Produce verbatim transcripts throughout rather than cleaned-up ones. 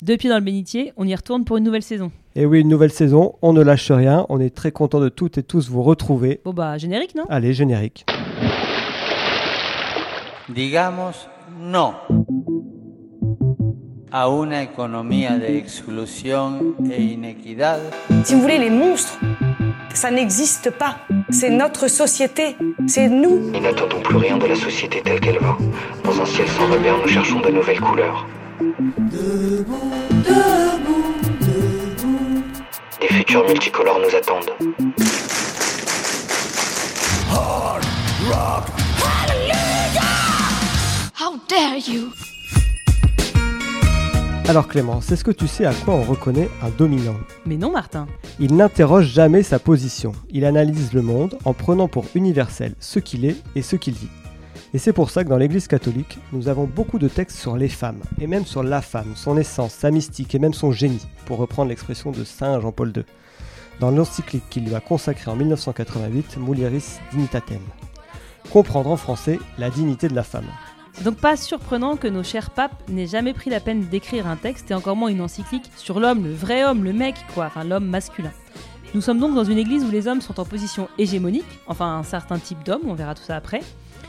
Deux pieds dans le bénitier, on y retourne pour une nouvelle saison. Et oui, une nouvelle saison, on ne lâche rien, on est très content de toutes et tous vous retrouver. Bon bah, générique, non ? Allez, générique. Digamos no a una economía de exclusión e inequidad. Si vous voulez, les monstres, ça n'existe pas. C'est notre société, c'est nous. Nous n'attendons plus rien de la société telle qu'elle va. Dans un ciel sans repère, nous cherchons de nouvelles couleurs. Debout, debout, debout. Des futurs multicolores nous attendent. Hard rock, hallelujah! How dare you! Alors Clémence, est-ce que tu sais à quoi on reconnaît un dominant ? Mais non, Martin. Il n'interroge jamais sa position. Il analyse le monde en prenant pour universel ce qu'il est et ce qu'il dit. Et c'est pour ça que dans l'Église catholique, nous avons beaucoup de textes sur les femmes, et même sur la femme, son essence, sa mystique et même son génie, pour reprendre l'expression de saint Jean-Paul deux, dans l'encyclique qu'il lui a consacrée en dix-neuf cent quatre-vingt-huit, Mulieris Dignitatem. Comprendre en français la dignité de la femme. C'est donc pas surprenant que nos chers papes n'aient jamais pris la peine d'écrire un texte et encore moins une encyclique sur l'homme, le vrai homme, le mec, quoi, enfin l'homme masculin. Nous sommes donc dans une église où les hommes sont en position hégémonique, enfin un certain type d'homme, on verra tout ça après,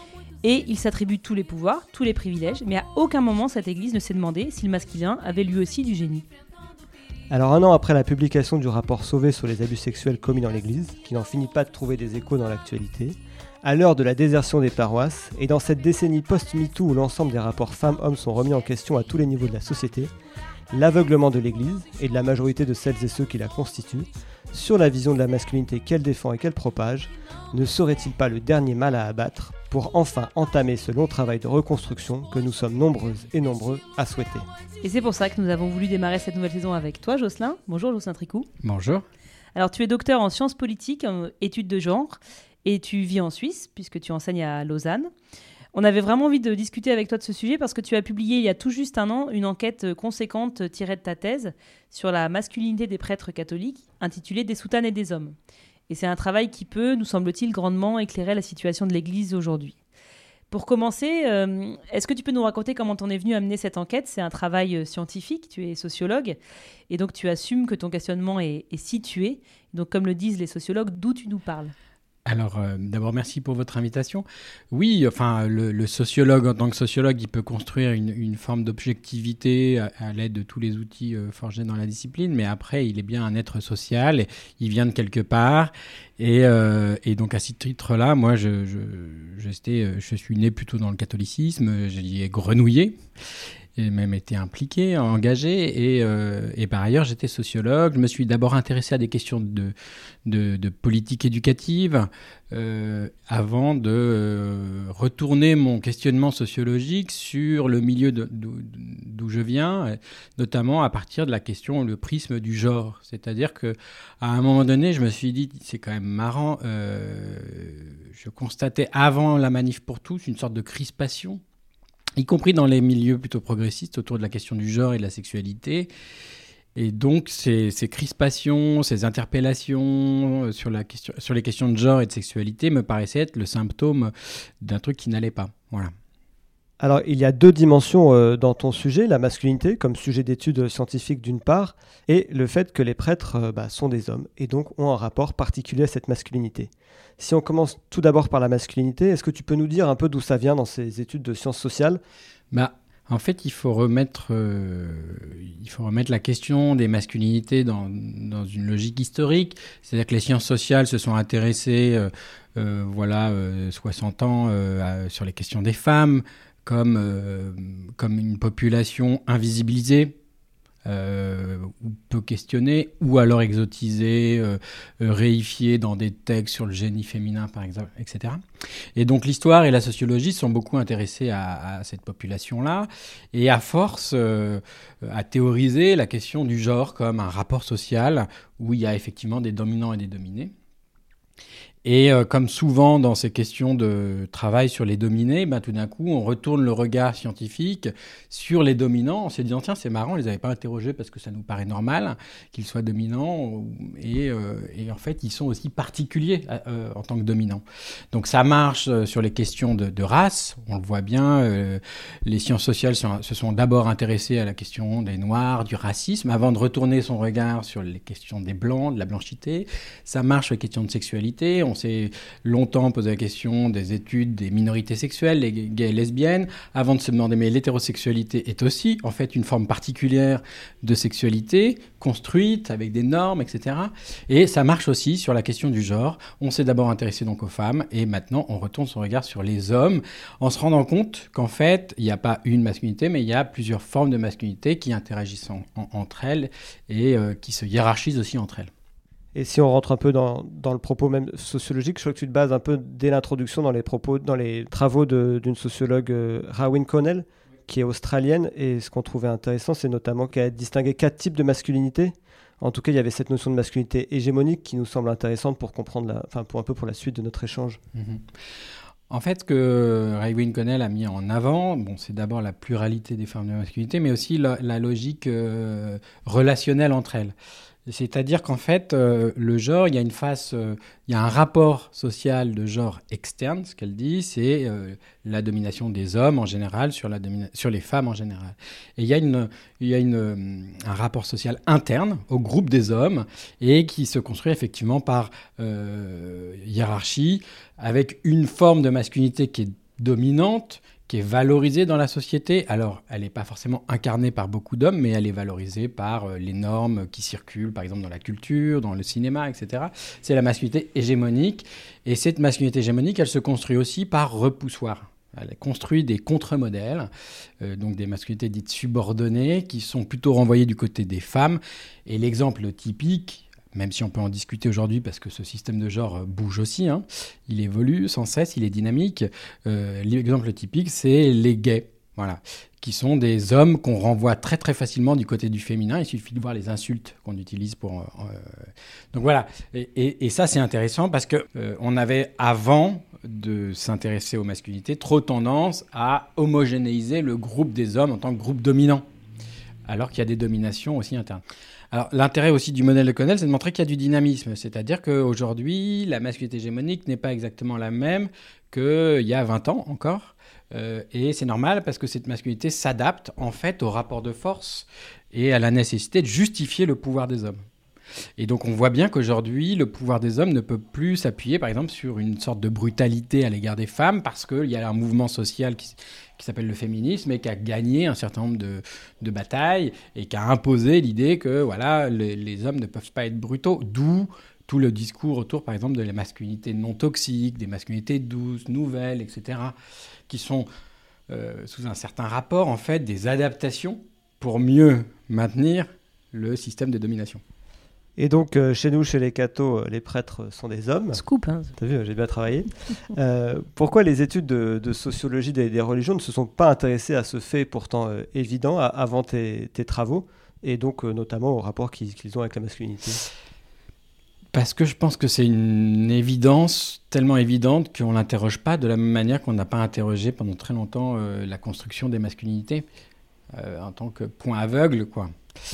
et ils s'attribuent tous les pouvoirs, tous les privilèges, mais à aucun moment cette église ne s'est demandé si le masculin avait lui aussi du génie. Alors un an après la publication du rapport Sauvé sur les abus sexuels commis dans l'église, qui n'en finit pas de trouver des échos dans l'actualité, à l'heure de la désertion des paroisses, et dans cette décennie post-MeToo où l'ensemble des rapports femmes-hommes sont remis en question à tous les niveaux de la société, l'aveuglement de l'Église, et de la majorité de celles et ceux qui la constituent, sur la vision de la masculinité qu'elle défend et qu'elle propage, ne serait-il pas le dernier mal à abattre pour enfin entamer ce long travail de reconstruction que nous sommes nombreuses et nombreux à souhaiter. Et c'est pour ça que nous avons voulu démarrer cette nouvelle saison avec toi, Jocelyn. Bonjour, Jocelyn Tricou. Bonjour. Alors, tu es docteur en sciences politiques, en études de genre, et tu vis en Suisse, puisque tu enseignes à Lausanne. On avait vraiment envie de discuter avec toi de ce sujet parce que tu as publié il y a tout juste un an une enquête conséquente tirée de ta thèse sur la masculinité des prêtres catholiques, intitulée « Des soutanes et des hommes ». Et c'est un travail qui peut, nous semble-t-il, grandement éclairer la situation de l'Église aujourd'hui. Pour commencer, euh, est-ce que tu peux nous raconter comment t'en es venu à mener cette enquête ? C'est un travail scientifique, tu es sociologue, et donc tu assumes que ton questionnement est, est situé. Donc comme le disent les sociologues, d'où tu nous parles ? Alors, euh, d'abord, merci pour votre invitation. Oui, enfin, le, le sociologue, en tant que sociologue, il peut construire une, une forme d'objectivité à, à l'aide de tous les outils euh, forgés dans la discipline, mais après, il est bien un être social, et il vient de quelque part, et, euh, et donc à ce titre-là, moi, je, je, j'étais, je suis né plutôt dans le catholicisme, j'y ai grenouillé, et même été impliqué, engagé, et, euh, et par ailleurs j'étais sociologue. Je me suis d'abord intéressé à des questions de, de, de politique éducative euh, avant de euh, retourner mon questionnement sociologique sur le milieu de, d'où, d'où je viens, notamment à partir de la question, le prisme du genre. C'est-à-dire qu'à un moment donné, je me suis dit, c'est quand même marrant, euh, je constatais avant la manif pour tous une sorte de crispation, y compris dans les milieux plutôt progressistes, autour de la question du genre et de la sexualité. Et donc, ces, ces crispations, ces interpellations sur, la question, sur les questions de genre et de sexualité me paraissaient être le symptôme d'un truc qui n'allait pas. Voilà. Alors, il y a deux dimensions euh, dans ton sujet, la masculinité comme sujet d'études scientifiques d'une part, et le fait que les prêtres euh, bah, sont des hommes, et donc ont un rapport particulier à cette masculinité. Si on commence tout d'abord par la masculinité, est-ce que tu peux nous dire un peu d'où ça vient dans ces études de sciences sociales ? Bah, en fait, il faut remettre, euh, il faut remettre la question des masculinités dans, dans une logique historique. C'est-à-dire que les sciences sociales se sont intéressées, euh, euh, voilà, euh, soixante ans euh, à, sur les questions des femmes, comme, euh, comme une population invisibilisée, euh, ou peu questionnée, ou alors exotisée, euh, euh, réifiée dans des textes sur le génie féminin, par exemple, et cetera. Et donc l'histoire et la sociologie sont beaucoup intéressées à, à cette population-là, et à force euh, à théoriser la question du genre comme un rapport social où il y a effectivement des dominants et des dominés. Et euh, comme souvent dans ces questions de travail sur les dominés, ben, tout d'un coup, on retourne le regard scientifique sur les dominants en se disant « Tiens, c'est marrant, on ne les avait pas interrogés parce que ça nous paraît normal qu'ils soient dominants. » Et, euh, et en fait, ils sont aussi particuliers euh, en tant que dominants. Donc ça marche euh, sur les questions de, de race. On le voit bien, euh, les sciences sociales sont, se sont d'abord intéressées à la question des Noirs, du racisme, avant de retourner son regard sur les questions des Blancs, de la blanchité. Ça marche sur les questions de sexualité. On s'est longtemps posé la question des études des minorités sexuelles, les gays et lesbiennes, avant de se demander mais l'hétérosexualité est aussi en fait une forme particulière de sexualité, construite avec des normes, et cetera. Et ça marche aussi sur la question du genre. On s'est d'abord intéressé donc aux femmes et maintenant on retourne son regard sur les hommes en se rendant compte qu'en fait il n'y a pas une masculinité mais il y a plusieurs formes de masculinité qui interagissent en, en, entre elles et euh, qui se hiérarchisent aussi entre elles. Et si on rentre un peu dans, dans le propos même sociologique, je crois que tu te bases un peu dès l'introduction dans les propos, dans les travaux de, d'une sociologue euh, Raewyn Connell, qui est australienne. Et ce qu'on trouvait intéressant, c'est notamment qu'elle a distingué quatre types de masculinité. En tout cas, il y avait cette notion de masculinité hégémonique qui nous semble intéressante pour comprendre, la, enfin pour un peu pour la suite de notre échange. Mm-hmm. En fait, ce que Raewyn Connell a mis en avant, bon, c'est d'abord la pluralité des formes de masculinité, mais aussi la, la logique euh, relationnelle entre elles. C'est-à-dire qu'en fait, euh, le genre, il y a une face, euh, il y a un rapport social de genre externe, ce qu'elle dit, c'est euh, la domination des hommes en général sur, la domina- sur les femmes en général. Et il y a, une, il y a une, un rapport social interne au groupe des hommes et qui se construit effectivement par euh, hiérarchie, avec une forme de masculinité qui est dominante, qui est valorisée dans la société. Alors, elle n'est pas forcément incarnée par beaucoup d'hommes, mais elle est valorisée par euh, les normes qui circulent, par exemple dans la culture, dans le cinéma, et cetera. C'est la masculinité hégémonique. Et cette masculinité hégémonique, elle se construit aussi par repoussoir. Elle construit des contre-modèles, euh, donc des masculinités dites subordonnées, qui sont plutôt renvoyées du côté des femmes. Et l'exemple typique, même si on peut en discuter aujourd'hui parce que ce système de genre bouge aussi, hein. Il évolue sans cesse, il est dynamique. Euh, l'exemple typique, c'est les gays, voilà, qui sont des hommes qu'on renvoie très très facilement du côté du féminin. Il suffit de voir les insultes qu'on utilise pour... Euh, donc voilà, et, et, et ça c'est intéressant parce qu'on euh, avait avant de s'intéresser aux masculinités trop tendance à homogénéiser le groupe des hommes en tant que groupe dominant, alors qu'il y a des dominations aussi internes. Alors, l'intérêt aussi du modèle de Connell, c'est de montrer qu'il y a du dynamisme. C'est-à-dire qu'aujourd'hui, la masculinité hégémonique n'est pas exactement la même qu'il y a vingt ans encore. Euh, et c'est normal parce que cette masculinité s'adapte en fait au rapport de force et à la nécessité de justifier le pouvoir des hommes. Et donc, on voit bien qu'aujourd'hui, le pouvoir des hommes ne peut plus s'appuyer, par exemple, sur une sorte de brutalité à l'égard des femmes parce qu'il y a un mouvement social qui... qui s'appelle le féminisme et qui a gagné un certain nombre de, de batailles et qui a imposé l'idée que voilà, les, les hommes ne peuvent pas être brutaux, d'où tout le discours autour, par exemple, de la masculinité non toxique, des masculinités douces, nouvelles, et cetera, qui sont euh, sous un certain rapport, en fait, des adaptations pour mieux maintenir le système de domination. Et donc, euh, chez nous, chez les cathos, euh, les prêtres sont des hommes. Scoop, hein. T'as vu, j'ai bien travaillé. euh, pourquoi les études de, de sociologie des, des religions ne se sont pas intéressées à ce fait pourtant euh, évident à, avant tes, tes travaux, et donc euh, notamment au rapport qu'ils, qu'ils ont avec la masculinité ? Parce que je pense que c'est une évidence tellement évidente qu'on ne l'interroge pas de la même manière qu'on n'a pas interrogé pendant très longtemps euh, la construction des masculinités euh, en tant que point aveugle, quoi.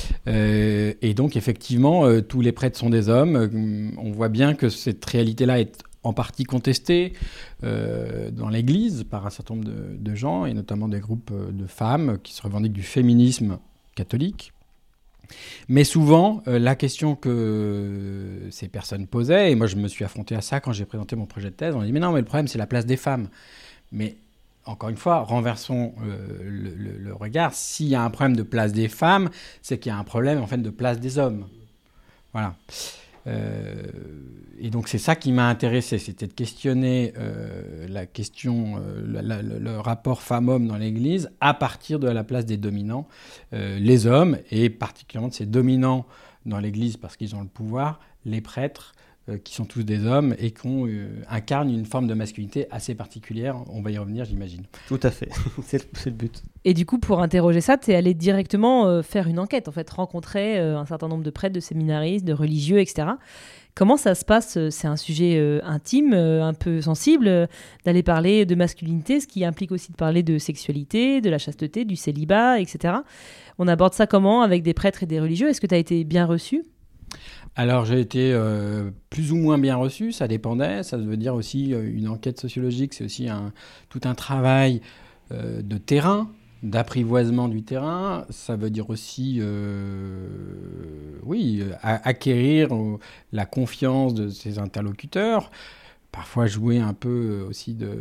Euh, et donc, effectivement, euh, tous les prêtres sont des hommes. Euh, on voit bien que cette réalité-là est en partie contestée euh, dans l'Église par un certain nombre de, de gens, et notamment des groupes de femmes qui se revendiquent du féminisme catholique. Mais souvent, euh, la question que ces personnes posaient, et moi je me suis affronté à ça quand j'ai présenté mon projet de thèse, on a dit « mais non, mais le problème c'est la place des femmes ». Mais encore une fois, renversons euh, le, le, le regard. S'il y a un problème de place des femmes, c'est qu'il y a un problème en fait de place des hommes. Voilà. Euh, et donc c'est ça qui m'a intéressé, c'était de questionner euh, la question, euh, la, la, le rapport femme-homme dans l'Église à partir de la place des dominants, euh, les hommes, et particulièrement de ces dominants dans l'Église parce qu'ils ont le pouvoir, les prêtres, euh, qui sont tous des hommes et qui euh, incarnent une forme de masculinité assez particulière. On va y revenir, j'imagine. Tout à fait, c'est, c'est le but. Et du coup, pour interroger ça, tu es allé directement euh, faire une enquête, en fait, rencontrer euh, un certain nombre de prêtres, de séminaristes, de religieux, et cetera. Comment ça se passe ? C'est un sujet euh, intime, euh, un peu sensible, euh, d'aller parler de masculinité, ce qui implique aussi de parler de sexualité, de la chasteté, du célibat, et cetera. On aborde ça comment avec des prêtres et des religieux ? Est-ce que tu as été bien reçu ? Alors, j'ai été euh, plus ou moins bien reçu, ça dépendait. Ça veut dire aussi euh, une enquête sociologique, c'est aussi un, tout un travail euh, de terrain, d'apprivoisement du terrain. Ça veut dire aussi, euh, oui, à, acquérir euh, la confiance de ses interlocuteurs. Parfois jouer un peu aussi de,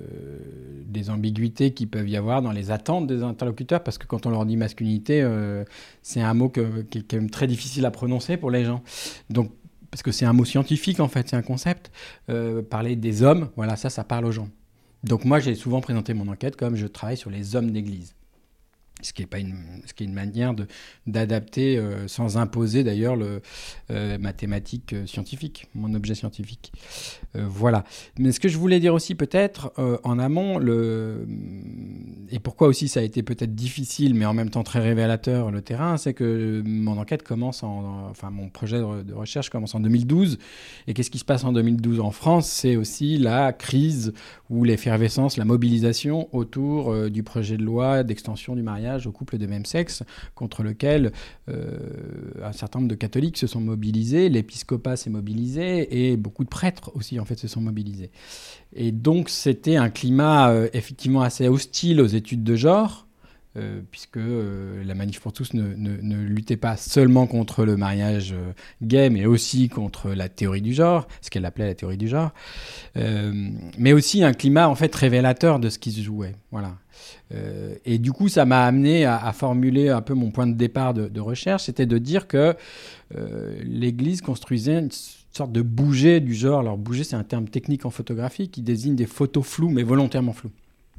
des ambiguïtés qui peuvent y avoir dans les attentes des interlocuteurs, parce que quand on leur dit masculinité, euh, c'est un mot que, qui est quand même très difficile à prononcer pour les gens. Donc, parce que c'est un mot scientifique, en fait, c'est un concept. Euh, parler des hommes, voilà, ça, ça parle aux gens. Donc moi, j'ai souvent présenté mon enquête comme je travaille sur les hommes d'église. Ce qui est pas une, ce qui est une manière de, d'adapter, euh, sans imposer d'ailleurs le euh, mathématique euh, scientifique, mon objet scientifique. Euh, voilà. Mais ce que je voulais dire aussi peut-être euh, en amont, le, et pourquoi aussi ça a été peut-être difficile, mais en même temps très révélateur le terrain, c'est que mon enquête commence en, enfin mon projet de, de recherche commence en deux mille douze. Et qu'est-ce qui se passe en deux mille douze en France ? C'est aussi la crise ou l'effervescence, la mobilisation autour euh, du projet de loi d'extension du mariage aux couples de même sexe, contre lequel euh, un certain nombre de catholiques se sont mobilisés, l'épiscopat s'est mobilisé et beaucoup de prêtres aussi en fait se sont mobilisés. Et donc c'était un climat euh, effectivement assez hostile aux études de genre, euh, puisque euh, la Manif pour tous ne, ne, ne luttait pas seulement contre le mariage euh, gay, mais aussi contre la théorie du genre, ce qu'elle appelait la théorie du genre, euh, mais aussi un climat en fait révélateur de ce qui se jouait. Voilà. Euh, et du coup, ça m'a amené à, à formuler un peu mon point de départ de, de recherche, c'était de dire que euh, l'Église construisait une sorte de bouger du genre. Alors, bouger, c'est un terme technique en photographie qui désigne des photos floues, mais volontairement floues.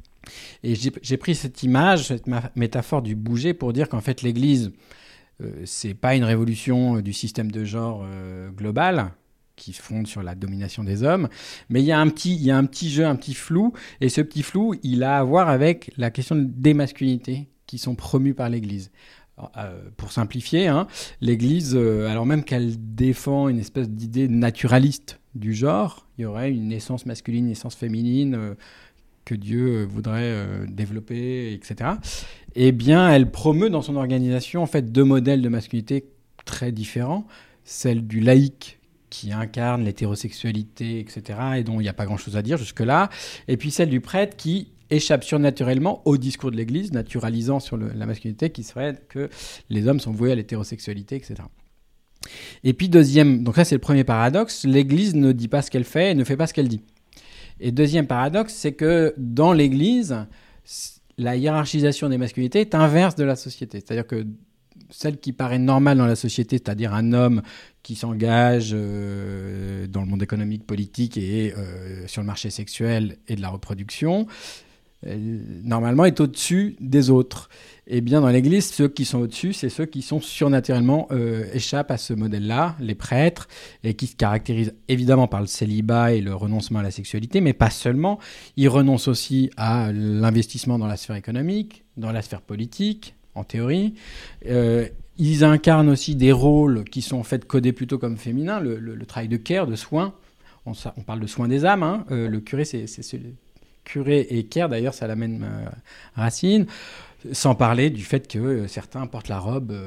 Et j'ai, j'ai pris cette image, cette ma- métaphore du bouger pour dire qu'en fait, l'Église, euh, c'est pas une révolution du système de genre euh, global, qui se fonde sur la domination des hommes, mais il y a un petit, il y a un petit jeu, un petit flou, et ce petit flou, il a à voir avec la question des masculinités qui sont promues par l'Église. Alors, euh, pour simplifier, hein, l'Église, euh, alors même qu'elle défend une espèce d'idée naturaliste du genre, il y aurait une naissance masculine, une naissance féminine, euh, que Dieu euh, voudrait euh, développer, et cetera. Eh bien, elle promeut dans son organisation en fait deux modèles de masculinité très différents, celle du laïc qui incarne l'hétérosexualité, et cetera, et dont il n'y a pas grand-chose à dire jusque-là, et puis celle du prêtre qui échappe surnaturellement au discours de l'Église, naturalisant sur le, la masculinité, qui serait que les hommes sont voués à l'hétérosexualité, et cetera. Et puis deuxième, donc ça c'est le premier paradoxe, l'Église ne dit pas ce qu'elle fait et ne fait pas ce qu'elle dit. Et deuxième paradoxe, c'est que dans l'Église, la hiérarchisation des masculinités est inverse de la société, c'est-à-dire que celle qui paraît normale dans la société, c'est-à-dire un homme qui s'engage euh, dans le monde économique, politique et euh, sur le marché sexuel et de la reproduction, euh, normalement est au-dessus des autres. Et bien dans l'Église, ceux qui sont au-dessus, c'est ceux qui sont surnaturellement euh, échappent à ce modèle-là, les prêtres, et qui se caractérisent évidemment par le célibat et le renoncement à la sexualité, mais pas seulement. Ils renoncent aussi à l'investissement dans la sphère économique, dans la sphère politique, en théorie. Euh, ils incarnent aussi des rôles qui sont en fait codés plutôt comme féminins, le, le, le travail de care, de soins. On, on parle de soins des âmes. Hein. Euh, le curé, c'est, c'est, c'est curé et care, d'ailleurs, ça a la même euh, racine. Sans parler du fait que euh, certains portent la robe euh,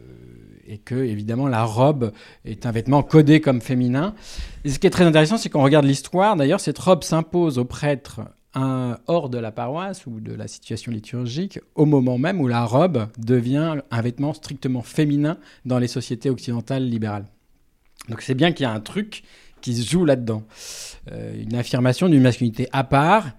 et que, évidemment, la robe est un vêtement codé comme féminin. Et ce qui est très intéressant, c'est qu'on regarde l'histoire. D'ailleurs, cette robe s'impose aux prêtres Un, hors de la paroisse ou de la situation liturgique, au moment même où la robe devient un vêtement strictement féminin dans les sociétés occidentales libérales. Donc c'est bien qu'il y a un truc qui se joue là-dedans. Euh, une affirmation d'une masculinité à part,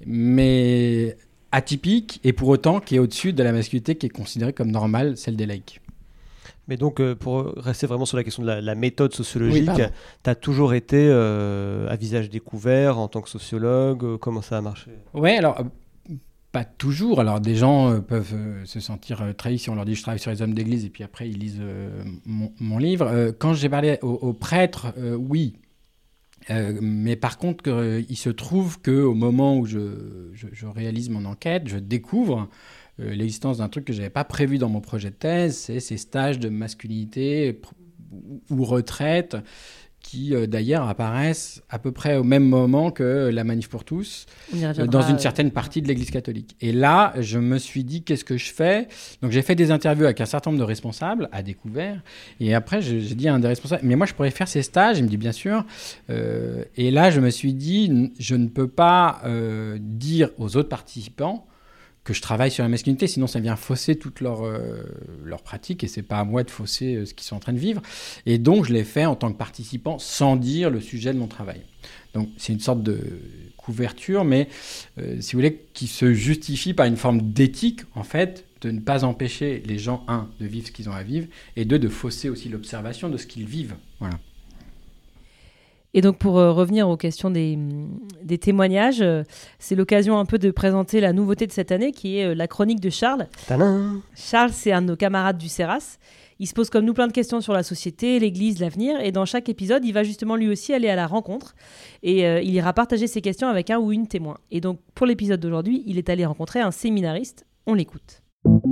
mais atypique, et pour autant qui est au-dessus de la masculinité qui est considérée comme normale, celle des laïcs. Mais donc, euh, pour rester vraiment sur la question de la, la méthode sociologique, oui, tu as toujours été euh, à visage découvert en tant que sociologue. Euh, comment ça a marché ? Ouais, alors, Pas toujours. Alors, des gens euh, peuvent euh, se sentir euh, trahis si on leur dit « je travaille sur les hommes d'église » et puis après, ils lisent euh, mon, mon livre. Euh, quand j'ai parlé aux, aux prêtres, euh, oui. Euh, mais par contre, euh, il se trouve qu'au moment où je, je, je réalise mon enquête, je découvre euh, l'existence d'un truc que je n'avais pas prévu dans mon projet de thèse, c'est ces stages de masculinité ou retraite qui euh, d'ailleurs apparaissent à peu près au même moment que la Manif pour tous, euh, dans une certaine partie de l'Église catholique. Et là, je me suis dit, qu'est-ce que je fais ? Donc j'ai fait des interviews avec un certain nombre de responsables, à découvert, et après j'ai, j'ai dit à un des responsables, mais moi je pourrais faire ces stages, il me dit bien sûr, euh, et là je me suis dit, je ne peux pas euh, dire aux autres participants que je travaille sur la masculinité, sinon ça vient fausser toute leur, euh, leur pratique, et c'est pas à moi de fausser euh, ce qu'ils sont en train de vivre. Et donc, je l'ai fait en tant que participant, sans dire le sujet de mon travail. Donc, c'est une sorte de couverture, mais, euh, si vous voulez, qui se justifie par une forme d'éthique, en fait, de ne pas empêcher les gens, un, de vivre ce qu'ils ont à vivre, et deux, de fausser aussi l'observation de ce qu'ils vivent. Voilà. Et donc, pour euh, revenir aux questions des, des témoignages, euh, c'est l'occasion un peu de présenter la nouveauté de cette année, qui est euh, la chronique de Charles. Tadam ! Charles, c'est un de nos camarades du CERAS. Il se pose comme nous plein de questions sur la société, l'Église, l'avenir. Et dans chaque épisode, il va justement lui aussi aller à la rencontre. Et euh, il ira partager ses questions avec un ou une témoin. Et donc, pour l'épisode d'aujourd'hui, il est allé rencontrer un séminariste. On l'écoute.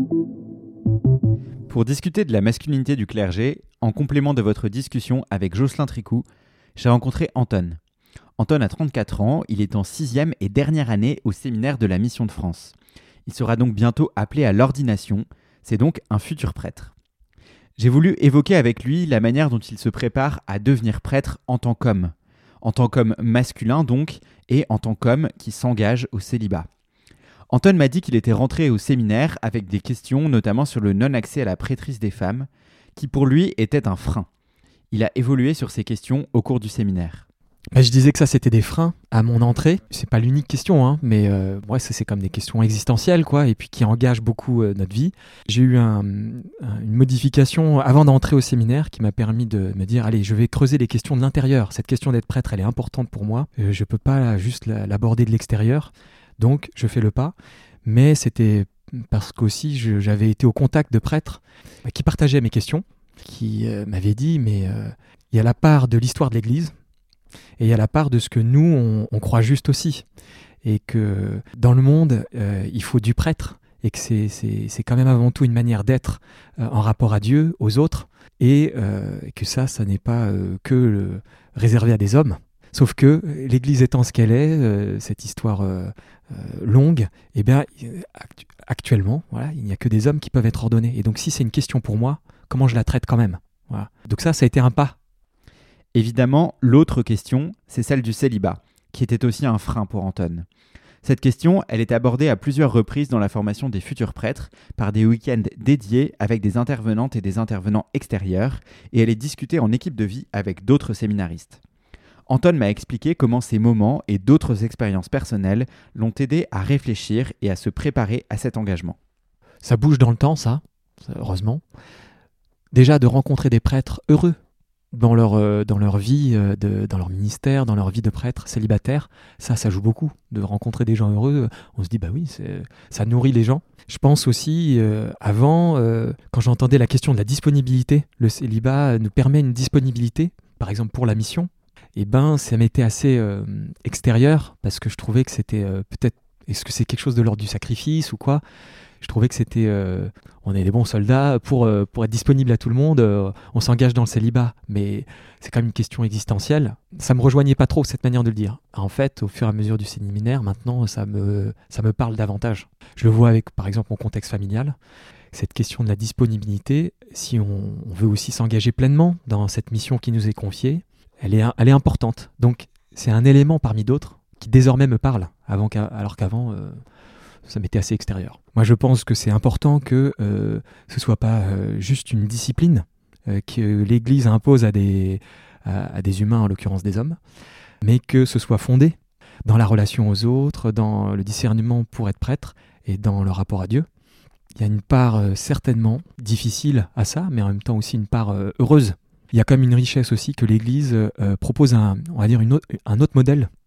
Pour discuter de la masculinité du clergé, en complément de votre discussion avec Jocelyn Tricou, j'ai rencontré Anton. Anton a trente-quatre ans, il est en sixième et dernière année au séminaire de la Mission de France. Il sera donc bientôt appelé à l'ordination, c'est donc un futur prêtre. J'ai voulu évoquer avec lui la manière dont il se prépare à devenir prêtre en tant qu'homme, en tant qu'homme masculin donc, et en tant qu'homme qui s'engage au célibat. Anton m'a dit qu'il était rentré au séminaire avec des questions notamment sur le non-accès à la prêtrise des femmes, qui pour lui était un frein. Il a évolué sur ces questions au cours du séminaire. Bah, je disais que ça, c'était des freins à mon entrée. C'est pas l'unique question, hein, mais euh, ouais, ça, c'est comme des questions existentielles, quoi, et puis qui engagent beaucoup euh, notre vie. J'ai eu un, un, une modification avant d'entrer au séminaire qui m'a permis de me dire, allez, je vais creuser les questions de l'intérieur. Cette question d'être prêtre, elle est importante pour moi. Euh, je peux pas juste la, l'aborder de l'extérieur, donc je fais le pas. Mais c'était parce qu'aussi, je, j'avais été au contact de prêtres bah, qui partageaient mes questions, qui euh, m'avait dit, mais il euh, y a la part de l'histoire de l'Église et il y a la part de ce que nous, on, on croit juste aussi. Et que dans le monde, euh, il faut du prêtre et que c'est, c'est, c'est quand même avant tout une manière d'être euh, en rapport à Dieu, aux autres, et euh, que ça, ça n'est pas euh, que le, réservé à des hommes. Sauf que l'Église étant ce qu'elle est, euh, cette histoire euh, euh, longue, eh bien, actu- actuellement, voilà, il n'y a que des hommes qui peuvent être ordonnés. Et donc si c'est une question pour moi, comment je la traite quand même. Voilà. Donc ça, ça a été un pas. Évidemment, l'autre question, c'est celle du célibat, qui était aussi un frein pour Anton. Cette question, elle est abordée à plusieurs reprises dans la formation des futurs prêtres, par des week-ends dédiés avec des intervenantes et des intervenants extérieurs, et elle est discutée en équipe de vie avec d'autres séminaristes. Anton m'a expliqué comment ces moments et d'autres expériences personnelles l'ont aidé à réfléchir et à se préparer à cet engagement. Ça bouge dans le temps, ça, heureusement. Déjà, de rencontrer des prêtres heureux dans leur, euh, dans leur vie, euh, de, dans leur ministère, dans leur vie de prêtre célibataire, ça, ça joue beaucoup. De rencontrer des gens heureux, on se dit, bah oui, c'est, ça nourrit les gens. Je pense aussi, euh, avant, euh, quand j'entendais la question de la disponibilité, le célibat nous permet une disponibilité, par exemple pour la mission, et ben ça m'était assez euh, extérieur, parce que je trouvais que c'était euh, peut-être, est-ce que c'est quelque chose de l'ordre du sacrifice ou quoi ? Je trouvais que c'était, euh, on est des bons soldats, pour, euh, pour être disponible à tout le monde, euh, on s'engage dans le célibat. Mais c'est quand même une question existentielle. Ça me rejoignait pas trop, cette manière de le dire. En fait, au fur et à mesure du séminaire, maintenant, ça me, ça me parle davantage. Je le vois avec, par exemple, mon contexte familial. Cette question de la disponibilité, si on, on veut aussi s'engager pleinement dans cette mission qui nous est confiée, elle est, elle est importante. Donc, c'est un élément parmi d'autres qui désormais me parle, avant qu'à, alors qu'avant... Euh, ça m'était assez extérieur. Moi, je pense que c'est important que euh, ce ne soit pas euh, juste une discipline euh, que l'Église impose à des, à, à des humains, en l'occurrence des hommes, mais que ce soit fondé dans la relation aux autres, dans le discernement pour être prêtre et dans le rapport à Dieu. Il y a une part euh, certainement difficile à ça, mais en même temps aussi une part euh, heureuse. Il y a comme une richesse aussi que l'Église euh, propose un, on va dire une autre, un autre modèle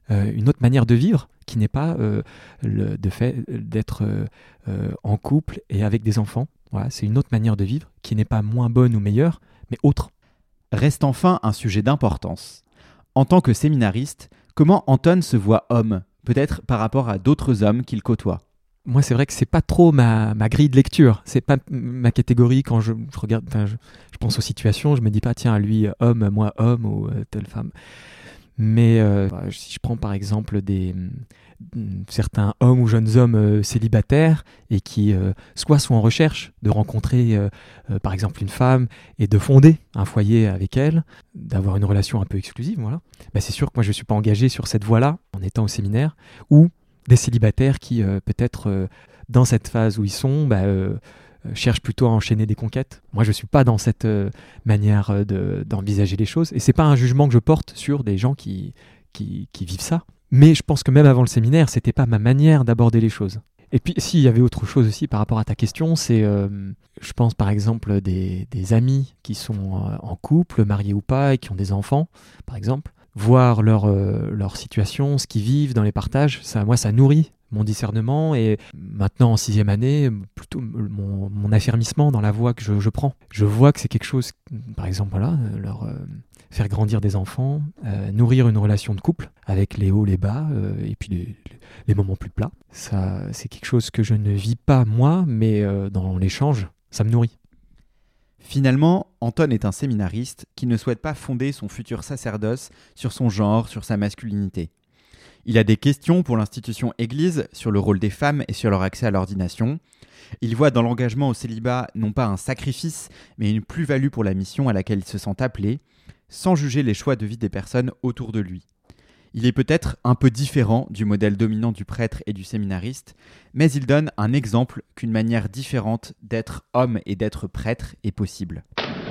euh, une autre manière de vivre qui n'est pas euh, le de fait d'être euh, euh, en couple et avec des enfants. Voilà, c'est une autre manière de vivre qui n'est pas moins bonne ou meilleure, mais autre. Reste enfin un sujet d'importance. En tant que séminariste, comment Anton se voit homme, peut-être par rapport à d'autres hommes qu'il côtoie? Moi, c'est vrai que c'est pas trop ma, ma grille de lecture. C'est pas ma catégorie quand je, je regarde. Je, je pense aux situations. Je me dis pas tiens lui homme, moi homme ou euh, telle femme. Mais euh, si je prends par exemple des certains hommes ou jeunes hommes euh, célibataires et qui euh, soit sont en recherche de rencontrer euh, euh, par exemple une femme et de fonder un foyer avec elle, d'avoir une relation un peu exclusive, voilà. Bah, c'est sûr que moi je suis pas engagé sur cette voie-là en étant au séminaire, ou des célibataires qui euh, peut-être euh, dans cette phase où ils sont bah, euh, cherchent plutôt à enchaîner des conquêtes. Moi je suis pas dans cette euh, manière de, d'envisager les choses, et c'est pas un jugement que je porte sur des gens qui, qui, qui vivent ça. Mais je pense que même avant le séminaire, c'était pas ma manière d'aborder les choses. Et puis, s'il y avait autre chose aussi par rapport à ta question, c'est, euh, je pense par exemple, des, des amis qui sont euh, en couple, mariés ou pas, et qui ont des enfants, par exemple. Voir leur, euh, leur situation, ce qu'ils vivent dans les partages, ça, moi, ça nourrit mon discernement. Et maintenant, en sixième année, plutôt mon, mon affermissement dans la voie que je, je prends. Je vois que c'est quelque chose, par exemple, voilà, leur... Euh, faire grandir des enfants, euh, nourrir une relation de couple avec les hauts, les bas euh, et puis les, les moments plus plats. Ça, c'est quelque chose que je ne vis pas moi, mais euh, dans l'échange, ça me nourrit. Finalement, Anton est un séminariste qui ne souhaite pas fonder son futur sacerdoce sur son genre, sur sa masculinité. Il a des questions pour l'institution Église sur le rôle des femmes et sur leur accès à l'ordination. Il voit dans l'engagement au célibat non pas un sacrifice, mais une plus-value pour la mission à laquelle il se sent appelé, sans juger les choix de vie des personnes autour de lui. Il est peut-être un peu différent du modèle dominant du prêtre et du séminariste, mais il donne un exemple qu'une manière différente d'être homme et d'être prêtre est possible.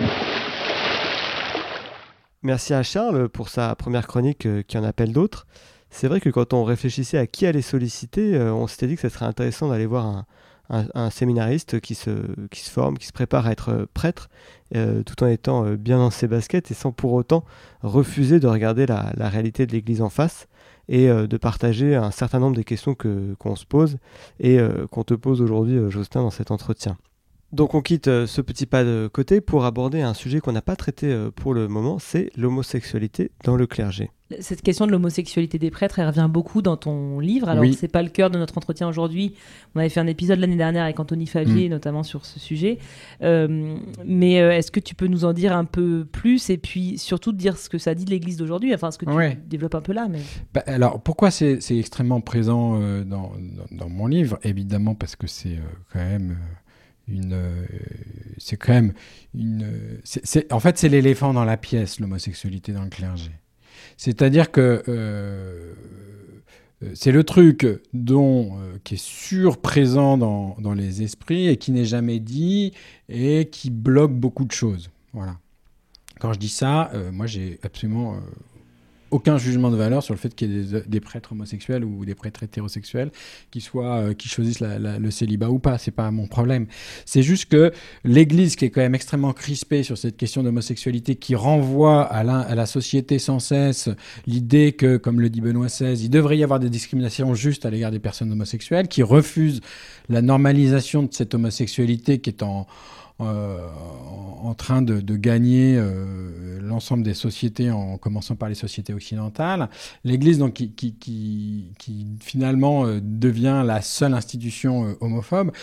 Merci à Charles pour sa première chronique euh, qui en appelle d'autres. C'est vrai que quand on réfléchissait à qui aller solliciter, euh, on s'était dit que ce serait intéressant d'aller voir un, un, un séminariste qui se, qui se forme, qui se prépare à être euh, prêtre, euh, tout en étant euh, bien dans ses baskets et sans pour autant refuser de regarder la, la réalité de l'Église en face et euh, de partager un certain nombre des questions que, qu'on se pose et euh, qu'on te pose aujourd'hui, euh, Jocelyn, dans cet entretien. Donc on quitte euh, ce petit pas de côté pour aborder un sujet qu'on n'a pas traité euh, pour le moment, c'est l'homosexualité dans le clergé. Cette question de l'homosexualité des prêtres, elle revient beaucoup dans ton livre. Alors, oui. c'est pas le cœur de notre entretien aujourd'hui. On avait fait un épisode l'année dernière avec Anthony Favier, mmh. notamment sur ce sujet. Euh, mais euh, est-ce que tu peux nous en dire un peu plus et puis surtout dire ce que ça dit de l'Église d'aujourd'hui, enfin ce que tu ouais. développes un peu là. Mais... Bah, alors, pourquoi c'est, c'est extrêmement présent euh, dans, dans, dans mon livre? Évidemment parce que c'est euh, quand même... Euh, Une, euh, c'est quand même une. C'est, c'est, en fait, c'est l'éléphant dans la pièce, l'homosexualité dans le clergé. C'est-à-dire que euh, c'est le truc dont, euh, qui est surprésent dans, dans les esprits et qui n'est jamais dit et qui bloque beaucoup de choses. Voilà. Quand je dis ça, euh, moi, j'ai absolument. Euh, aucun jugement de valeur sur le fait qu'il y ait des, des prêtres homosexuels ou des prêtres hétérosexuels qui, soient, euh, qui choisissent la, la, le célibat ou pas. C'est pas mon problème. C'est juste que l'Église, qui est quand même extrêmement crispée sur cette question d'homosexualité, qui renvoie à la, à la société sans cesse l'idée que, comme le dit Benoît seize, il devrait y avoir des discriminations justes à l'égard des personnes homosexuelles, qui refuse la normalisation de cette homosexualité qui est en... Euh, en train de, de gagner euh, l'ensemble des sociétés, en commençant par les sociétés occidentales. L'Église, donc, qui, qui, qui, qui finalement euh, devient la seule institution euh, homophobe,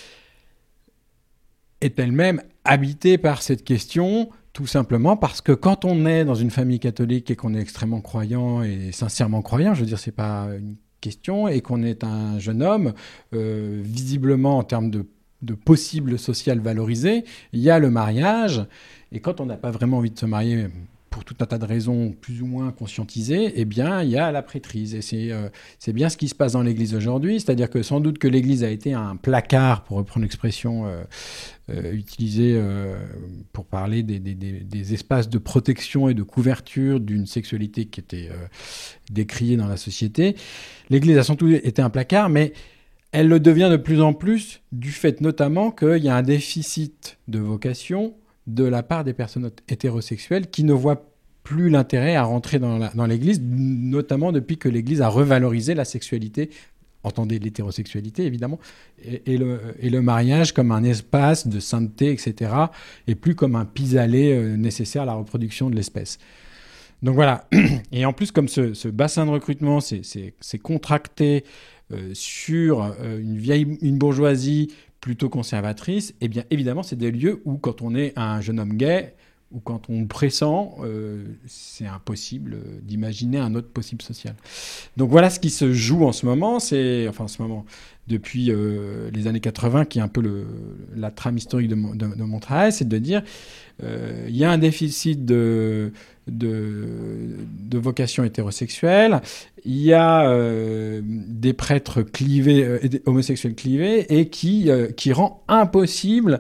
est elle-même habitée par cette question, tout simplement parce que quand on est dans une famille catholique et qu'on est extrêmement croyant et sincèrement croyant, je veux dire, c'est pas une question, et qu'on est un jeune homme, euh, visiblement en termes de de possible social valorisé, il y a le mariage, et quand on n'a pas vraiment envie de se marier pour tout un tas de raisons plus ou moins conscientisées, eh bien, il y a la prêtrise. Et c'est, euh, c'est bien ce qui se passe dans l'Église aujourd'hui, c'est-à-dire que sans doute que l'Église a été un placard, pour reprendre l'expression euh, euh, utilisée euh, pour parler des, des, des, des espaces de protection et de couverture d'une sexualité qui était euh, décriée dans la société. L'Église a sans doute été un placard, mais elle le devient de plus en plus du fait notamment qu'il y a un déficit de vocation de la part des personnes hétérosexuelles qui ne voient plus l'intérêt à rentrer dans, la, dans l'Église, notamment depuis que l'Église a revalorisé la sexualité, entendez l'hétérosexualité évidemment, et, et, le, et le mariage comme un espace de sainteté, et cetera, et plus comme un pis-aller euh, nécessaire à la reproduction de l'espèce. Donc voilà, et en plus comme ce, ce bassin de recrutement c'est, c'est, c'est contracté euh, sur euh, une vieille une bourgeoisie plutôt conservatrice, eh bien évidemment c'est des lieux où quand on est un jeune homme gay, ou quand on pressent, euh, c'est impossible d'imaginer un autre possible social. Donc voilà ce qui se joue en ce moment, c'est, enfin en ce moment, depuis euh, les années quatre-vingts, qui est un peu le, la trame historique de, de, de mon travail, c'est de dire il euh, y a un déficit de, de, de vocation hétérosexuelle, il y a euh, des prêtres clivés, euh, homosexuels clivés, et qui, euh, qui rend impossible